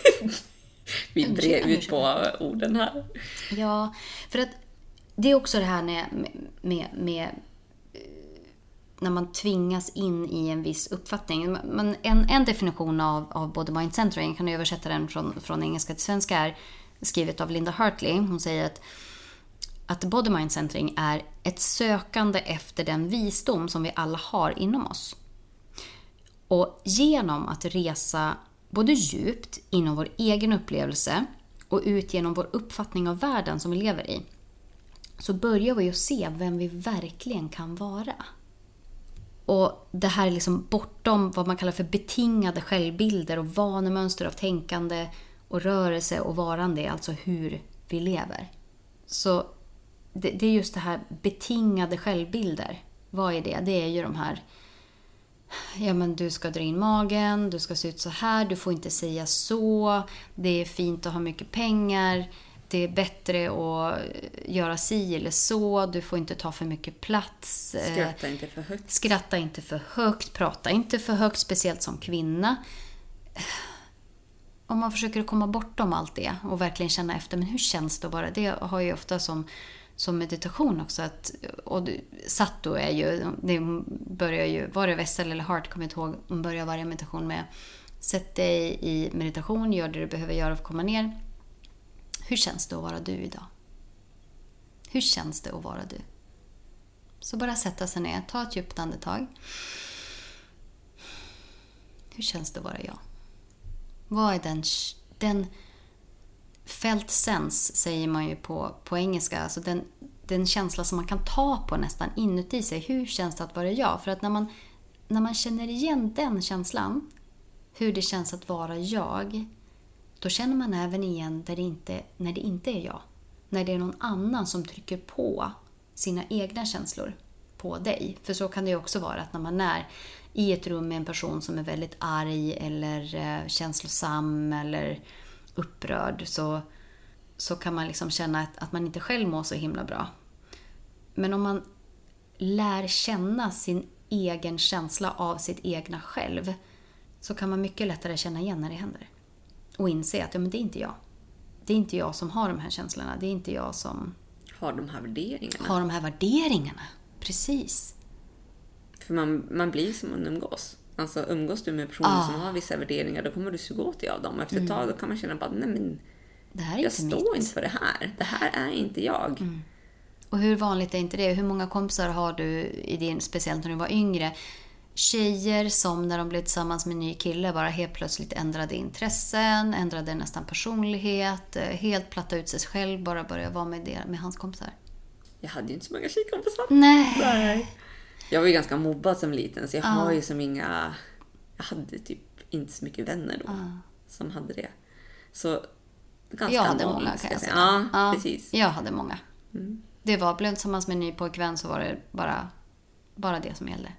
B: Vi brer
A: Undersöka,
B: ut på orden här.
A: Ja, för att det är också det här med, med, med när man tvingas in i en viss uppfattning. Man, en, en definition av, av body mind centering, kan du översätta den från, från engelska till svenska, är skrivet av Linda Hartley. Hon säger att, att body mind centering är ett sökande efter den visdom som vi alla har inom oss. Och genom att resa både djupt inom vår egen upplevelse och ut genom vår uppfattning av världen som vi lever i, så börjar vi ju se vem vi verkligen kan vara. Och det här är liksom bortom vad man kallar för betingade självbilder och vanemönster av tänkande och rörelse och varande, alltså hur vi lever. Så det, det är just det här betingade självbilder. Vad är det? Det är ju de här: ja, men du ska dra in magen, du ska se ut så här, du får inte säga så, det är fint att ha mycket pengar, det är bättre att göra si eller så, du får inte ta för mycket plats.
B: Skratta inte för högt.
A: Skratta inte för högt, prata inte för högt, speciellt som kvinna. Om man försöker komma bortom allt det och verkligen känna efter, men hur känns det att vara? Det har ju ofta som, som meditation också. Att, och Sato är ju, det börjar ju, var det Wessel eller Hart, kommer jag inte ihåg, hon börjar varje meditation med: sätt dig i meditation, gör det du behöver göra för att komma ner. Hur känns det att vara du idag? Hur känns det att vara du? Så bara sätta sig ner, ta ett djupt andetag. Hur känns det att vara jag? Vad är den, den felt sense, säger man ju på, på engelska, alltså den, den känsla som man kan ta på nästan inuti sig. Hur känns det att vara jag? För att när man, när man känner igen den känslan, hur det känns att vara jag, då känner man även igen där det inte, när det inte är jag. När det är någon annan som trycker på sina egna känslor på dig. För så kan det ju också vara, att när man är i ett rum med en person som är väldigt arg eller eh, känslosam eller upprörd, så, så kan man liksom känna att, att man inte själv mår så himla bra. Men om man lär känna sin egen känsla av sitt egna själv, så kan man mycket lättare känna igen när det händer. Och inse att ja, men det är inte jag. det är inte jag som har de här känslorna. Det är inte jag som
B: har de här värderingarna.
A: Har de här värderingarna. Precis.
B: För man, man blir som man umgås. Alltså umgås du med personer
A: ah.
B: som har vissa värderingar, då kommer du suga åt dig av dem. Efter ett tag mm. då kan man känna bara, nej men
A: det här är
B: jag
A: inte
B: står
A: mitt.
B: inte för det här. Det här är inte jag.
A: Mm. Och hur vanligt är inte det? Hur många kompisar har du i din, speciellt när du var yngre? Tjejer som när de blev tillsammans med en ny kille bara helt plötsligt ändrade intressen, ändrade nästan personlighet, helt platta ut sig själv, bara börja vara med, det, med hans kompisar.
B: Jag hade ju inte så många tjejkompisar.
A: Nej.
B: Nej. Jag var ju ganska mobbad som liten, så jag
A: ah.
B: har ju som inga... Jag hade typ inte så mycket vänner då
A: ah.
B: som hade det. Så ganska
A: jag hade
B: många,
A: många kan jag säga.
B: Ja,
A: ah.
B: precis.
A: Jag hade många.
B: Mm.
A: Det var, blev tillsammans med en ny pojkvän så var det bara, bara det som gällde.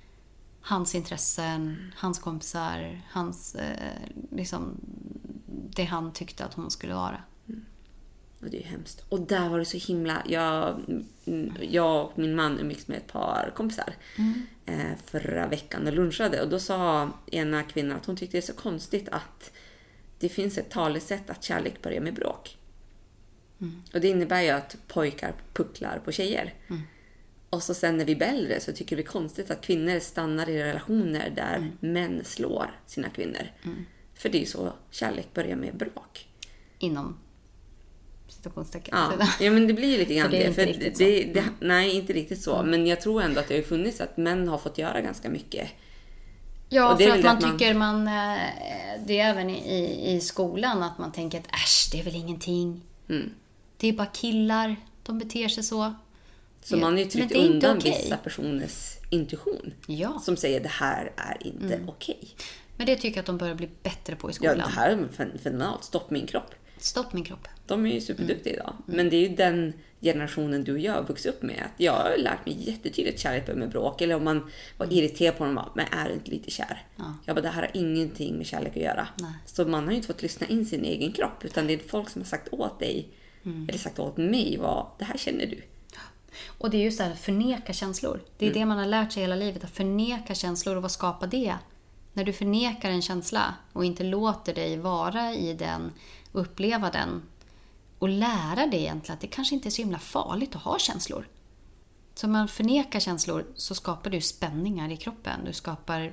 A: Hans intressen, hans kompisar, hans, eh, liksom, det han tyckte att hon skulle vara.
B: Mm. Och det är ju hemskt. Och där var det så himla... Jag, jag och min man umgicks med ett par kompisar mm. eh, förra veckan och lunchade. Och då sa ena kvinnan att hon tyckte det är så konstigt att det finns ett talesätt att kärlek börjar med bråk. Mm. Och det innebär ju att pojkar pucklar på tjejer. Mm. Och så sen när vi blir äldre så tycker vi konstigt att kvinnor stannar i relationer där mm. män slår sina kvinnor. Mm. För det är ju så kärlek börjar med bråk.
A: Inom situationstecken.
B: Ja. ja, men det blir ju lite grann
A: det.
B: För
A: det,
B: det, det mm. Nej, inte riktigt så. Mm. Men jag tror ändå att det har funnits att män har fått göra ganska mycket.
A: Ja, för att man, att man tycker man... Det är även i, i skolan att man tänker att äsch, det är väl ingenting. Mm. Det är bara killar, de beter sig så.
B: Så man har ju tryckt undan okay. vissa personers intuition. Ja. Som säger det här är inte mm. okej. Okay.
A: Men det tycker jag att de börjar bli bättre på i skolan.
B: Ja, det här är fenomenalt. Stopp min kropp.
A: Stopp min kropp.
B: De är ju superduktiga mm. idag. Men det är ju den generationen du och jag har vuxit upp med. Jag har lärt mig jättetydligt kärlek med bråk. Eller om man var irriterad på dem, men är inte lite kär. Ja. Jag bara, det här har ingenting med kärlek att göra. Nej. Så man har ju inte fått lyssna in sin egen kropp. Utan det är folk som har sagt åt dig. Mm. Eller sagt åt mig vad det här känner du.
A: Och det är just det här att förneka känslor. Det är mm. det man har lärt sig hela livet. Att förneka känslor och vad skapar det? När du förnekar en känsla och inte låter dig vara i den, uppleva den och lära dig egentligen att det kanske inte är så himla farligt att ha känslor. Så om man förnekar känslor så skapar du spänningar i kroppen. Du skapar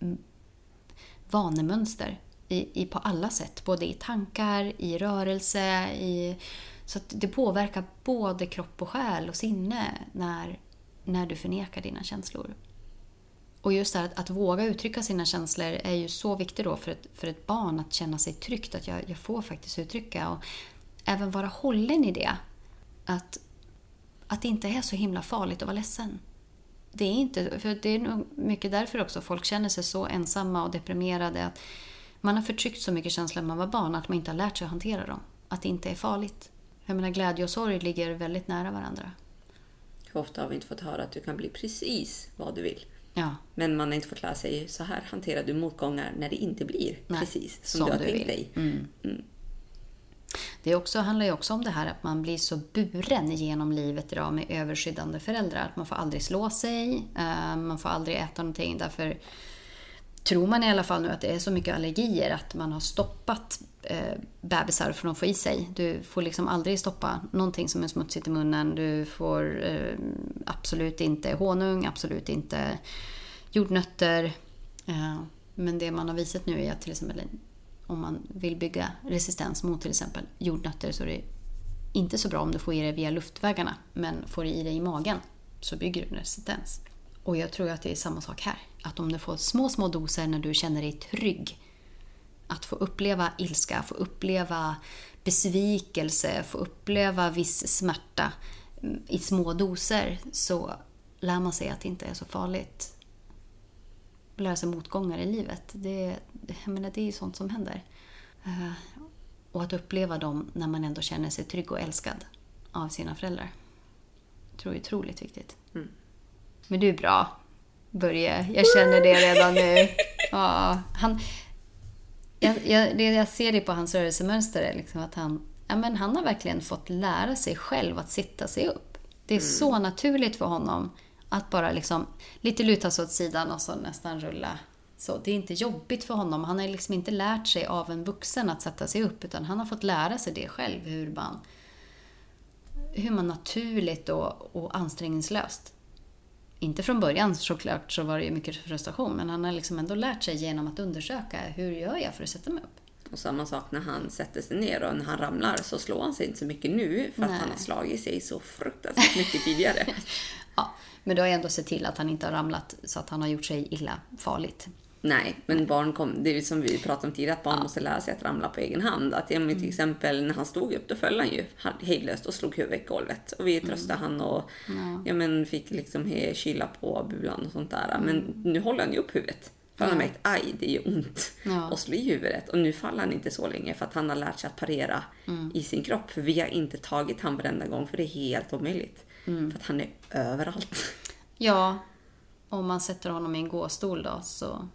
A: vanemönster i, i, på alla sätt. Både i tankar, i rörelse, i... Så att det påverkar både kropp och själ och sinne när, när du förnekar dina känslor. Och just det här, att, att våga uttrycka sina känslor är ju så viktigt då för ett, för ett barn att känna sig tryggt. Att jag, jag får faktiskt uttrycka och även vara hållen i det. Att, att det inte är så himla farligt att vara ledsen. Det är inte, för det är nog mycket därför också folk känner sig så ensamma och deprimerade. Att man har förtryckt så mycket känslor när man var barn att man inte har lärt sig att hantera dem. Att det inte är farligt. Jag menar, glädje och sorg ligger väldigt nära varandra.
B: Hur ofta har vi inte fått höra att du kan bli precis vad du vill.
A: Ja.
B: Men man har inte fått lära sig så här hanterar du motgångar när det inte blir Nej, precis som, som du har du tänkt vill. dig. Mm. Mm.
A: Det också, handlar ju också om det här att man blir så buren genom livet idag med överskyddande föräldrar. Att man får aldrig slå sig, man får aldrig äta någonting. Därför tror man i alla fall nu att det är så mycket allergier att man har stoppat eh, bebisar från att få i sig. Du får liksom aldrig stoppa någonting som är smutsigt i munnen. Du får eh, absolut inte honung, absolut inte jordnötter. Eh, men det man har visat nu är att till exempel om man vill bygga resistens mot till exempel jordnötter så är det inte så bra om du får i det via luftvägarna. Men får du i det i magen så bygger du resistens. Och jag tror att det är samma sak här. Att om du får små, små doser när du känner dig trygg. Att få uppleva ilska, få uppleva besvikelse, få uppleva viss smärta i små doser. Så lär man sig att det inte är så farligt. Lära sig motgångar i livet. Det, jag menar, det är ju sånt som händer. Och att uppleva dem när man ändå känner sig trygg och älskad av sina föräldrar. Jag tror det är otroligt viktigt. Mm. Men du är bra, Börje. Jag känner det redan nu. Ja, han, jag, jag, det jag ser det på hans rörelsemönster är liksom att han, ja, men han har verkligen fått lära sig själv att sitta sig upp. Det är mm. så naturligt för honom att bara liksom lite luta sig åt sidan och så nästan rulla Så det är inte jobbigt för honom. Han har liksom inte lärt sig av en vuxen att sätta sig upp, utan han har fått lära sig det själv, hur man, hur man naturligt och, och ansträngningslöst. Inte från början såklart så var det ju mycket frustration, men han har liksom ändå lärt sig genom att undersöka hur gör jag för att sätta mig upp.
B: Och samma sak när han sätter sig ner och när han ramlar så slår han sig inte så mycket nu för att Nej. han har slagit sig så fruktansvärt mycket tidigare.
A: Ja, men då har jag ändå sett till att han inte har ramlat så att han har gjort sig illa farligt.
B: Nej, men Nej. barn kom, det är som vi pratade om tidigare, att barn ja. måste lära sig att ramla på egen hand. Att mm. till exempel när han stod upp, då föll han ju hejdlöst och slog huvudet i golvet. Och vi tröstade mm. han och ja. Ja, men fick liksom he, kyla på bulan och sånt där. Mm. Men nu håller han ju upp huvudet. För han har märkt, aj, det är ju ont ja. och slå i huvudet. Och nu faller han inte så länge för att han har lärt sig att parera mm. i sin kropp. För vi har inte tagit han varenda gång, för det är helt omöjligt. Mm. För att han är överallt.
A: Ja, om man sätter honom i en gåstol då så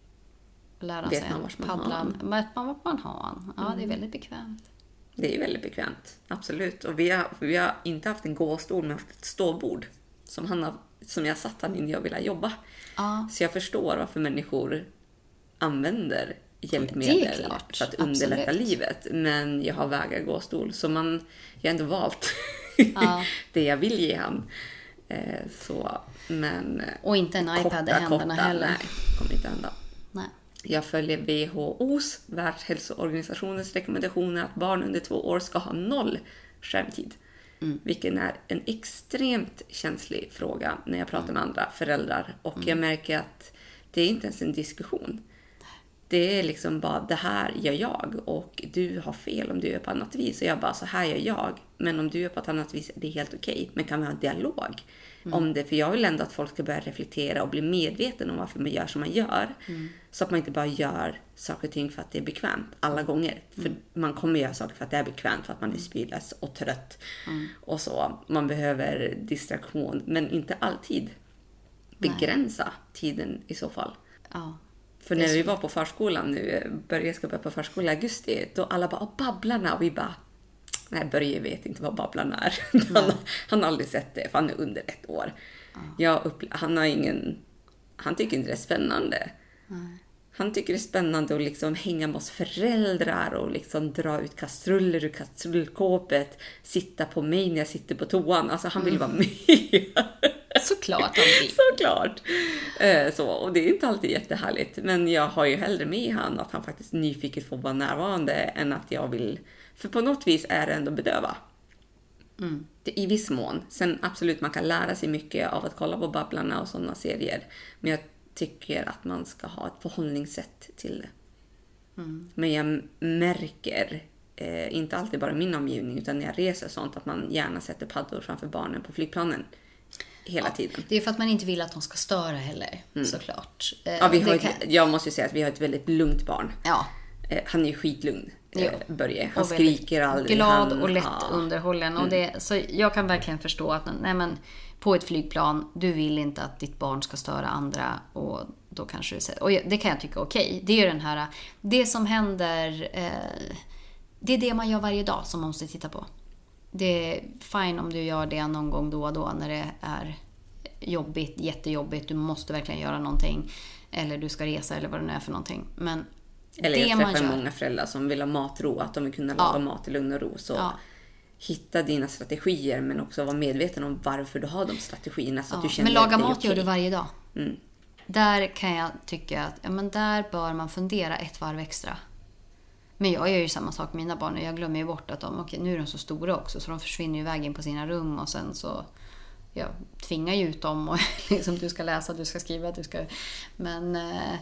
A: lär han sig att paddla. Vet man vart man har han. Ja, mm. det är väldigt bekvämt.
B: Det är väldigt bekvämt, absolut. Och vi har, vi har inte haft en gåstol, men haft ett ståbord som, han har, som jag satt han in jag ville jobba. Ja. Så jag förstår varför människor använder hjälpmedel för att underlätta Absolut. livet. Men jag har vägrat gåstol. Så man, jag har ändå valt ja. det jag vill ge han. Eh, så, men,
A: och inte en iPad korta, i händerna korta, heller.
B: Nej, kommer inte hända.
A: Nej.
B: Jag följer W H O:s, Världshälsoorganisationens rekommendationer att barn under två år ska ha noll skärmtid. Mm. Vilken är en extremt känslig fråga när jag pratar med andra föräldrar. Och mm. jag märker att det är inte ens en diskussion. Det är liksom bara, det här gör jag och du har fel om du gör på annat vis. Och jag bara, så här gör jag. Men om du gör på ett annat vis, det är helt okej. Men kan vi ha en dialog mm. om det? För jag vill ändå att folk ska börja reflektera och bli medveten om varför man gör som man gör. Mm. Så att man inte bara gör saker och ting för att det är bekvämt alla gånger. Mm. För man kommer göra saker för att det är bekvämt, för att man är spylös och trött. Mm. Och så. Man behöver distraktion, men inte alltid. Begränsa Nej. tiden i så fall.
A: Ja.
B: För när vi var på förskolan nu, Börje ska börja på förskolan i augusti, då alla bara, Babblarna, och vi bara, nej, Börje vet inte vad Babblarna är. han, han har aldrig sett det, för han är under ett år. Mm. Jag uppl- han har ingen, han tycker inte det är spännande. Mm. Han tycker det är spännande att liksom hänga med oss föräldrar och liksom dra ut kastruller ur kastrullkåpet, sitta på mig när jag sitter på toan. Alltså han vill mm. vara med.
A: Såklart han vill.
B: Såklart. Eh, så, och det är inte alltid jättehärligt. Men jag har ju hellre med han att han faktiskt nyfiket får vara närvarande än att jag vill. För på något vis är det ändå bedöva. Mm. Det, i viss mån. Sen absolut, man kan lära sig mycket av att kolla på Babblarna och sådana serier. Men jag tycker att man ska ha ett förhållningssätt till det. Mm. Men jag märker, eh, inte alltid bara i min omgivning, utan när jag reser sånt, att man gärna sätter paddor framför barnen på flygplanen. Hela ja, tiden.
A: Det är för att man inte vill att de ska störa heller, mm. såklart.
B: Ja, vi har ett, kan... Jag måste ju säga att vi har ett väldigt lugnt barn.
A: Ja.
B: Han är ju skitlugn, jo. Börje. Han skriker aldrig.
A: Glad
B: han,
A: och lätt ja. underhållen. Och det, så jag kan verkligen förstå att nej, men, på ett flygplan, du vill inte att ditt barn ska störa andra. Och då kanske du säger, och det kan jag tycka är okej. Det är ju den här, det som händer, eh, det är det man gör varje dag som man måste titta på. Det är fine om du gör det någon gång då och då när det är jobbigt, jättejobbigt, du måste verkligen göra någonting, eller du ska resa eller vad det nu är för någonting. Men
B: eller
A: det
B: jag
A: man
B: träffar
A: gör...
B: många föräldrar som vill ha matro, att de vill kunna laga ja. mat i lugn och ro. Så ja. hitta dina strategier, men också vara medveten om varför du har de strategierna, så ja. att du känner
A: men laga
B: att
A: mat
B: okay.
A: gör du varje dag.
B: Mm.
A: Där kan jag tycka att ja, men där bör man fundera ett varv extra. Men jag gör ju samma sak med mina barn, och jag glömmer ju bort att de, okej, nu är de så stora också, så de försvinner ju iväg in på sina rum, och sen så jag tvingar ju ut dem och liksom, du ska läsa, du ska skriva, du ska, men eh,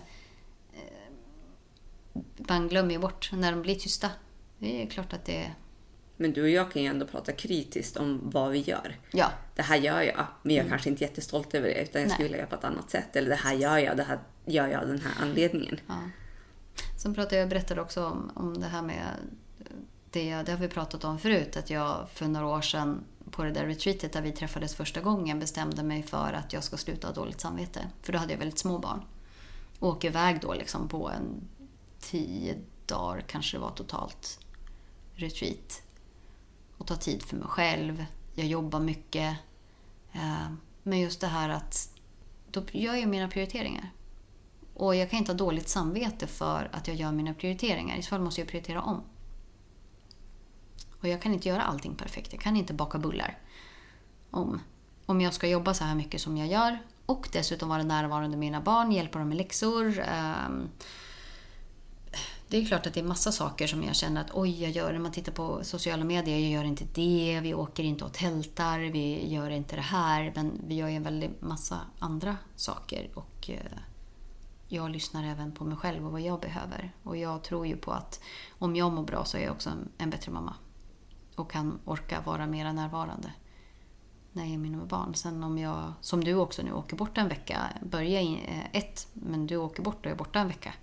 A: man glömmer ju bort när de blir tysta. Det är klart att det.
B: Men du och jag kan ju ändå prata kritiskt om vad vi gör.
A: Ja.
B: Det här gör jag, men jag är mm. kanske inte jättestolt över det, utan jag skulle vilja göra på ett annat sätt. Eller det här gör jag, det här gör jag av den här anledningen.
A: Ja. Sen pratade jag berättade också om, om det här med det, det har vi pratat om förut, att jag för några år sedan på det där retreatet där vi träffades första gången bestämde mig för att jag ska sluta ha dåligt samvete. För då hade jag väldigt små barn. Och åker iväg då liksom på en tio dagar kanske det var totalt retreat. Och ta tid för mig själv. Jag jobbar mycket. Men just det här att då gör jag mina prioriteringar. Och jag kan inte ha dåligt samvete för att jag gör mina prioriteringar. I så fall måste jag prioritera om. Och jag kan inte göra allting perfekt. Jag kan inte baka bullar. Om, om jag ska jobba så här mycket som jag gör. Och dessutom vara närvarande med mina barn. Hjälpa dem med läxor. Um, det är klart att det är massa saker som jag känner att oj, jag gör. När man tittar på sociala medier. Jag gör inte det. Vi åker inte och tältar. Vi gör inte det här. Men vi gör ju en väldigt massa andra saker. Och uh, jag lyssnar även på mig själv och vad jag behöver. Och jag tror ju på att om jag mår bra så är jag också en, en bättre mamma. Och kan orka vara mer närvarande när jag är med mina barn. Sen om jag, som du också nu, åker bort en vecka. Börja in, ett, men du åker bort och är borta en vecka.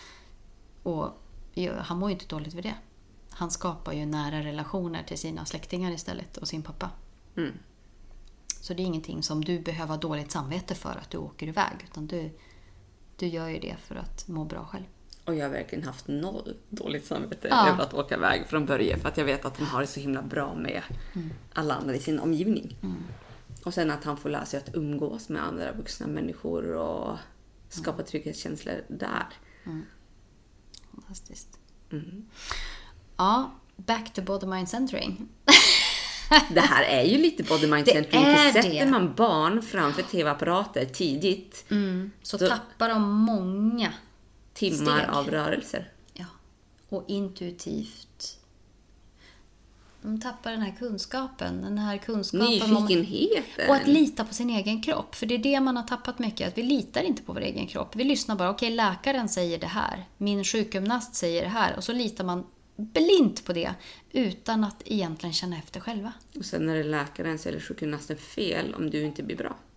A: Och han mår ju inte dåligt för det. Han skapar ju nära relationer till sina släktingar istället och sin pappa.
B: Mm.
A: Så det är ingenting som du behöver ha dåligt samvete för att du åker iväg. Utan du, du gör ju det för att må bra själv.
B: Och jag har verkligen haft noll dåligt samvete
A: ja.
B: över att åka iväg från början. För att jag vet att han har det så himla bra med mm. alla andra i sin omgivning. Mm. Och sen att han får lära sig att umgås med andra vuxna människor och skapa mm. trygghetskänslor där.
A: Mm. Fantastiskt.
B: Mm.
A: Ja, back to body mind centering.
B: Det här är ju lite body mind centering. För sätter man barn framför tv-apparater tidigt
A: mm. så tappar de många
B: timmar
A: steg.
B: Av rörelser.
A: Ja. Och intuitivt. De tappar den här kunskapen. Den här kunskapen
B: Nyfikenheten.
A: Om, och att lita på sin egen kropp. För det är det man har tappat mycket. Att vi litar inte på vår egen kropp. Vi lyssnar bara. Okej, läkaren säger det här. Min sjukgymnast säger det här. Och så litar man blint på det. Utan att egentligen känna efter själva.
B: Och sen är det läkaren eller sjukgymnasten fel om du inte blir bra.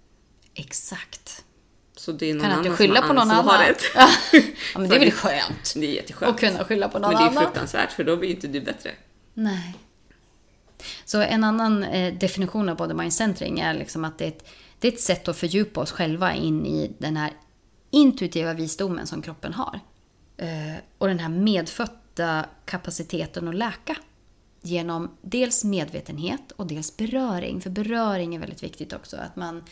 A: Exakt.
B: Så det är någon
A: kan
B: annan
A: inte skylla på någon annan. Ja, men det är väl skönt.
B: Det är jätteskönt.
A: Att kunna skylla på någon
B: annan. Men det är
A: annan.
B: fruktansvärt, för då blir inte du bättre.
A: Nej. Så en annan eh, definition av body mind centering är liksom att det är, ett, det är ett sätt att fördjupa oss själva in i den här intuitiva visdomen som kroppen har. Eh, och den här medfödda kapaciteten att läka. Genom dels medvetenhet och dels beröring. För beröring är väldigt viktigt också. Att man...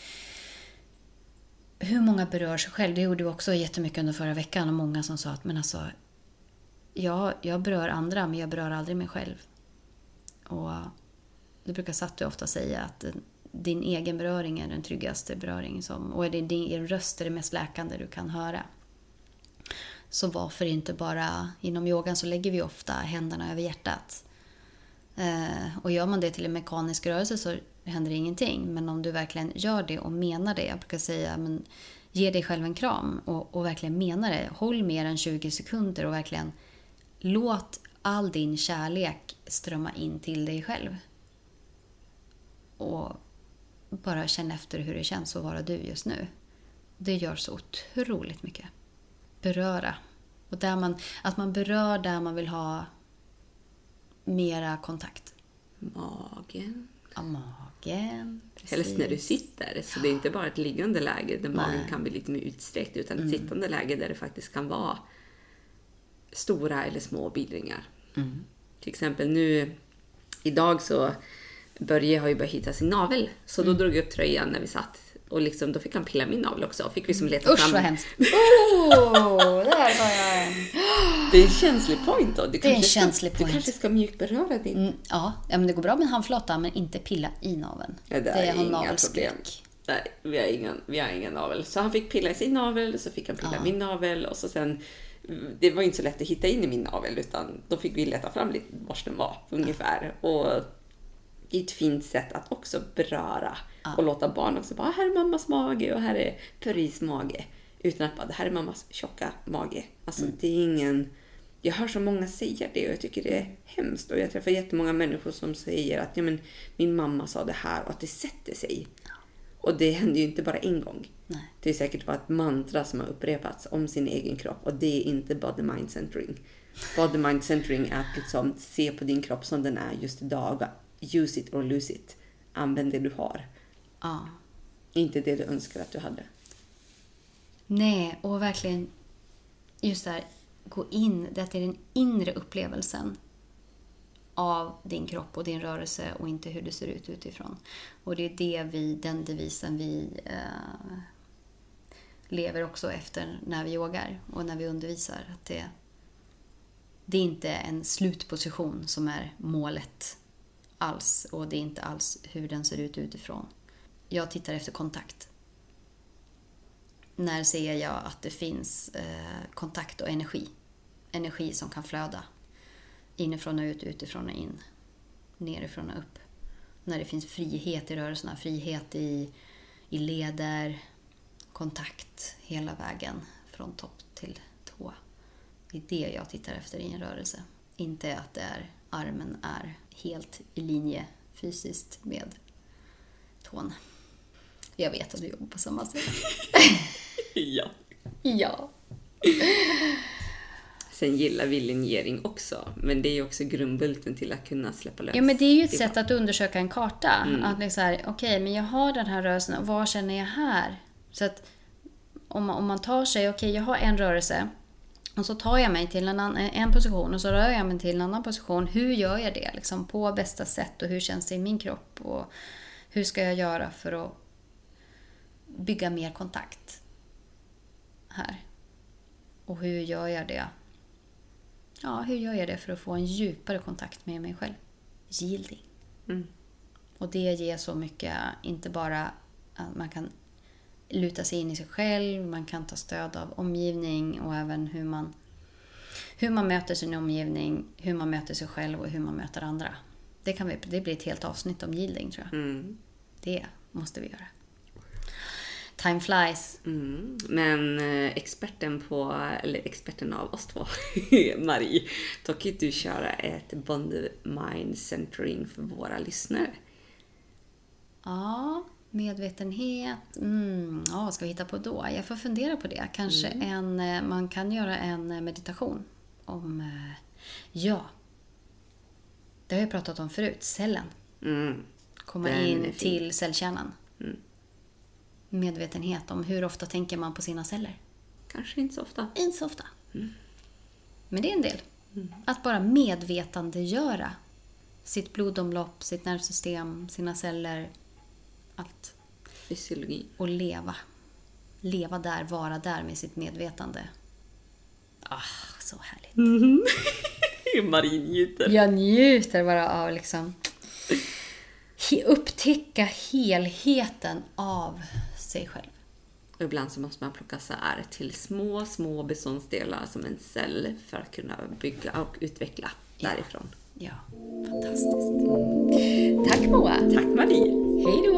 A: Hur många berör sig själv? Det gjorde du också jättemycket under förra veckan. Och många som sa att men alltså, ja, jag berör andra men jag berör aldrig mig själv. Och det brukar Sattu ofta säga att din egen beröring är den tryggaste beröring. Som, och din, din röst är det mest läkande du kan höra. Så varför inte bara, inom yogan så lägger vi ofta händerna över hjärtat. Eh, och gör man det till en mekanisk rörelse så händer ingenting. Men om du verkligen gör det och menar det. Jag brukar säga, men ge dig själv en kram och, och verkligen menar det. Håll mer än tjugo sekunder och verkligen låt all din kärlek strömma in till dig själv. Och bara känn efter hur det känns att vara du just nu. Det gör så otroligt mycket. Beröra. Och där man, att man berör där man vill ha mera kontakt.
B: Magen.
A: Ja, magen. Precis.
B: Helst när du sitter. Så det är inte bara ett liggande läge där magen Nej. Kan bli lite mer utsträckt. Utan ett mm. sittande läge där det faktiskt kan vara stora eller små bildringar.
A: Mm.
B: Till exempel nu, idag så Börje har ju börjat hitta sin navel. Så då mm. drog jag upp tröjan när vi satt. Och liksom, då fick han pilla min navel också. Och fick vi som leta
A: Usch,
B: fram.
A: vad hemskt. Oh, där var jag.
B: Det är en känslig point då. Du
A: det är en känslig
B: ska,
A: point.
B: Du kanske ska mjukt beröra din.
A: Mm, ja, ja, men det går bra med en handflata, men inte pilla i naveln.
B: Ja, det, det är inga problem. Nej, vi har, ingen, vi har ingen navel. Så han fick pilla i sin navel. Så fick han pilla ja. min navel. Och så sen... Det var inte så lätt att hitta in i min navel. Utan då fick vi leta fram lite var den var. Ungefär. Och... ett fint sätt att också beröra ja. Och låta barn också bara, här är mammas mage och här är Paris mage, utan att bara, det här är mammas tjocka mage. Alltså mm. det är ingen, jag hör så många säga det och jag tycker det är hemskt, och jag träffar jättemånga människor som säger att ja, men, min mamma sa det här och att det sätter sig ja. Och det händer ju inte bara en gång.
A: Nej.
B: Det är säkert bara ett mantra som har upprepats om sin egen kropp, och det är inte body mind centering. Body mind centering är att liksom se på din kropp som den är just idag. Use it or lose it. Använd det du har.
A: Ja.
B: Inte det du önskar att du hade.
A: Nej, och verkligen just där, gå in, det är den inre upplevelsen av din kropp och din rörelse och inte hur det ser ut utifrån. Och det är det vi, den devisen vi eh, lever också efter när vi yogar och när vi undervisar. Att det, det är inte en slutposition som är målet alls. Och det är inte alls hur den ser ut utifrån. Jag tittar efter kontakt. När ser jag att det finns eh, kontakt och energi. Energi som kan flöda. Inifrån och ut, utifrån och in. Nerifrån och upp. När det finns frihet i rörelserna. Frihet i, i leder. Kontakt hela vägen. Från topp till tå. Det är det jag tittar efter i en rörelse. Inte att det är, armen är helt i linje fysiskt med tån. Jag vet att vi jobbar på samma sätt.
B: Ja.
A: Ja.
B: Sen gillar vi linjering också. Men det är ju också grundbulten till att kunna släppa lös.
A: Ja, men det är ju ett sätt att undersöka en karta.
B: Mm.
A: Att liksom, okej, okay, men jag har den här rörelsen och vad känner jag här? Så att om man, om man tar sig, okej, okay, jag har en rörelse och så tar jag mig till en, annan, en position och så rör jag mig till en annan position. Hur gör jag det liksom, på bästa sätt och hur känns det i min kropp? Och hur ska jag göra för att bygga mer kontakt här? Och hur gör jag det? Ja, hur gör jag det för att få en djupare kontakt med mig själv? Yielding.
B: Mm.
A: Och det ger så mycket, inte bara att man kan luta sig in i sig själv, man kan ta stöd av omgivning och även hur man, hur man möter sin omgivning, hur man möter sig själv och hur man möter andra. Det, kan vi, det blir ett helt avsnitt om yielding, tror jag.
B: Mm.
A: Det måste vi göra. Time flies.
B: Mm. Men experten på, eller experten av oss två, Marie, tycker du köra ett body mind centering för våra lyssnare?
A: Ja, medvetenhet. Mm, ja, ska vi hitta på då? Jag får fundera på det. Kanske mm. en, man kan göra en meditation om, ja, det har jag pratat om förut, cellen.
B: Mm.
A: Komma
B: Den
A: in till cellkärnan.
B: Mm.
A: Medvetenhet om hur ofta tänker man på sina celler.
B: Kanske inte så ofta.
A: Inte så ofta.
B: Mm.
A: Men det är en del. Mm. Att bara medvetandegöra sitt blodomlopp, sitt nervsystem, sina celler, allt.
B: Fysiologi.
A: Och leva. Leva där, vara där med sitt medvetande. Ah, så härligt.
B: Mm. Marie njuter.
A: Jag njuter bara av liksom upptäcka helheten av sig själv.
B: Och ibland så måste man plocka så här till små, små beståndsdelar som en cell för att kunna bygga och utveckla
A: ja.
B: därifrån.
A: Ja, fantastiskt. Mm. Tack Moa.
B: Tack Marie.
A: Hej då.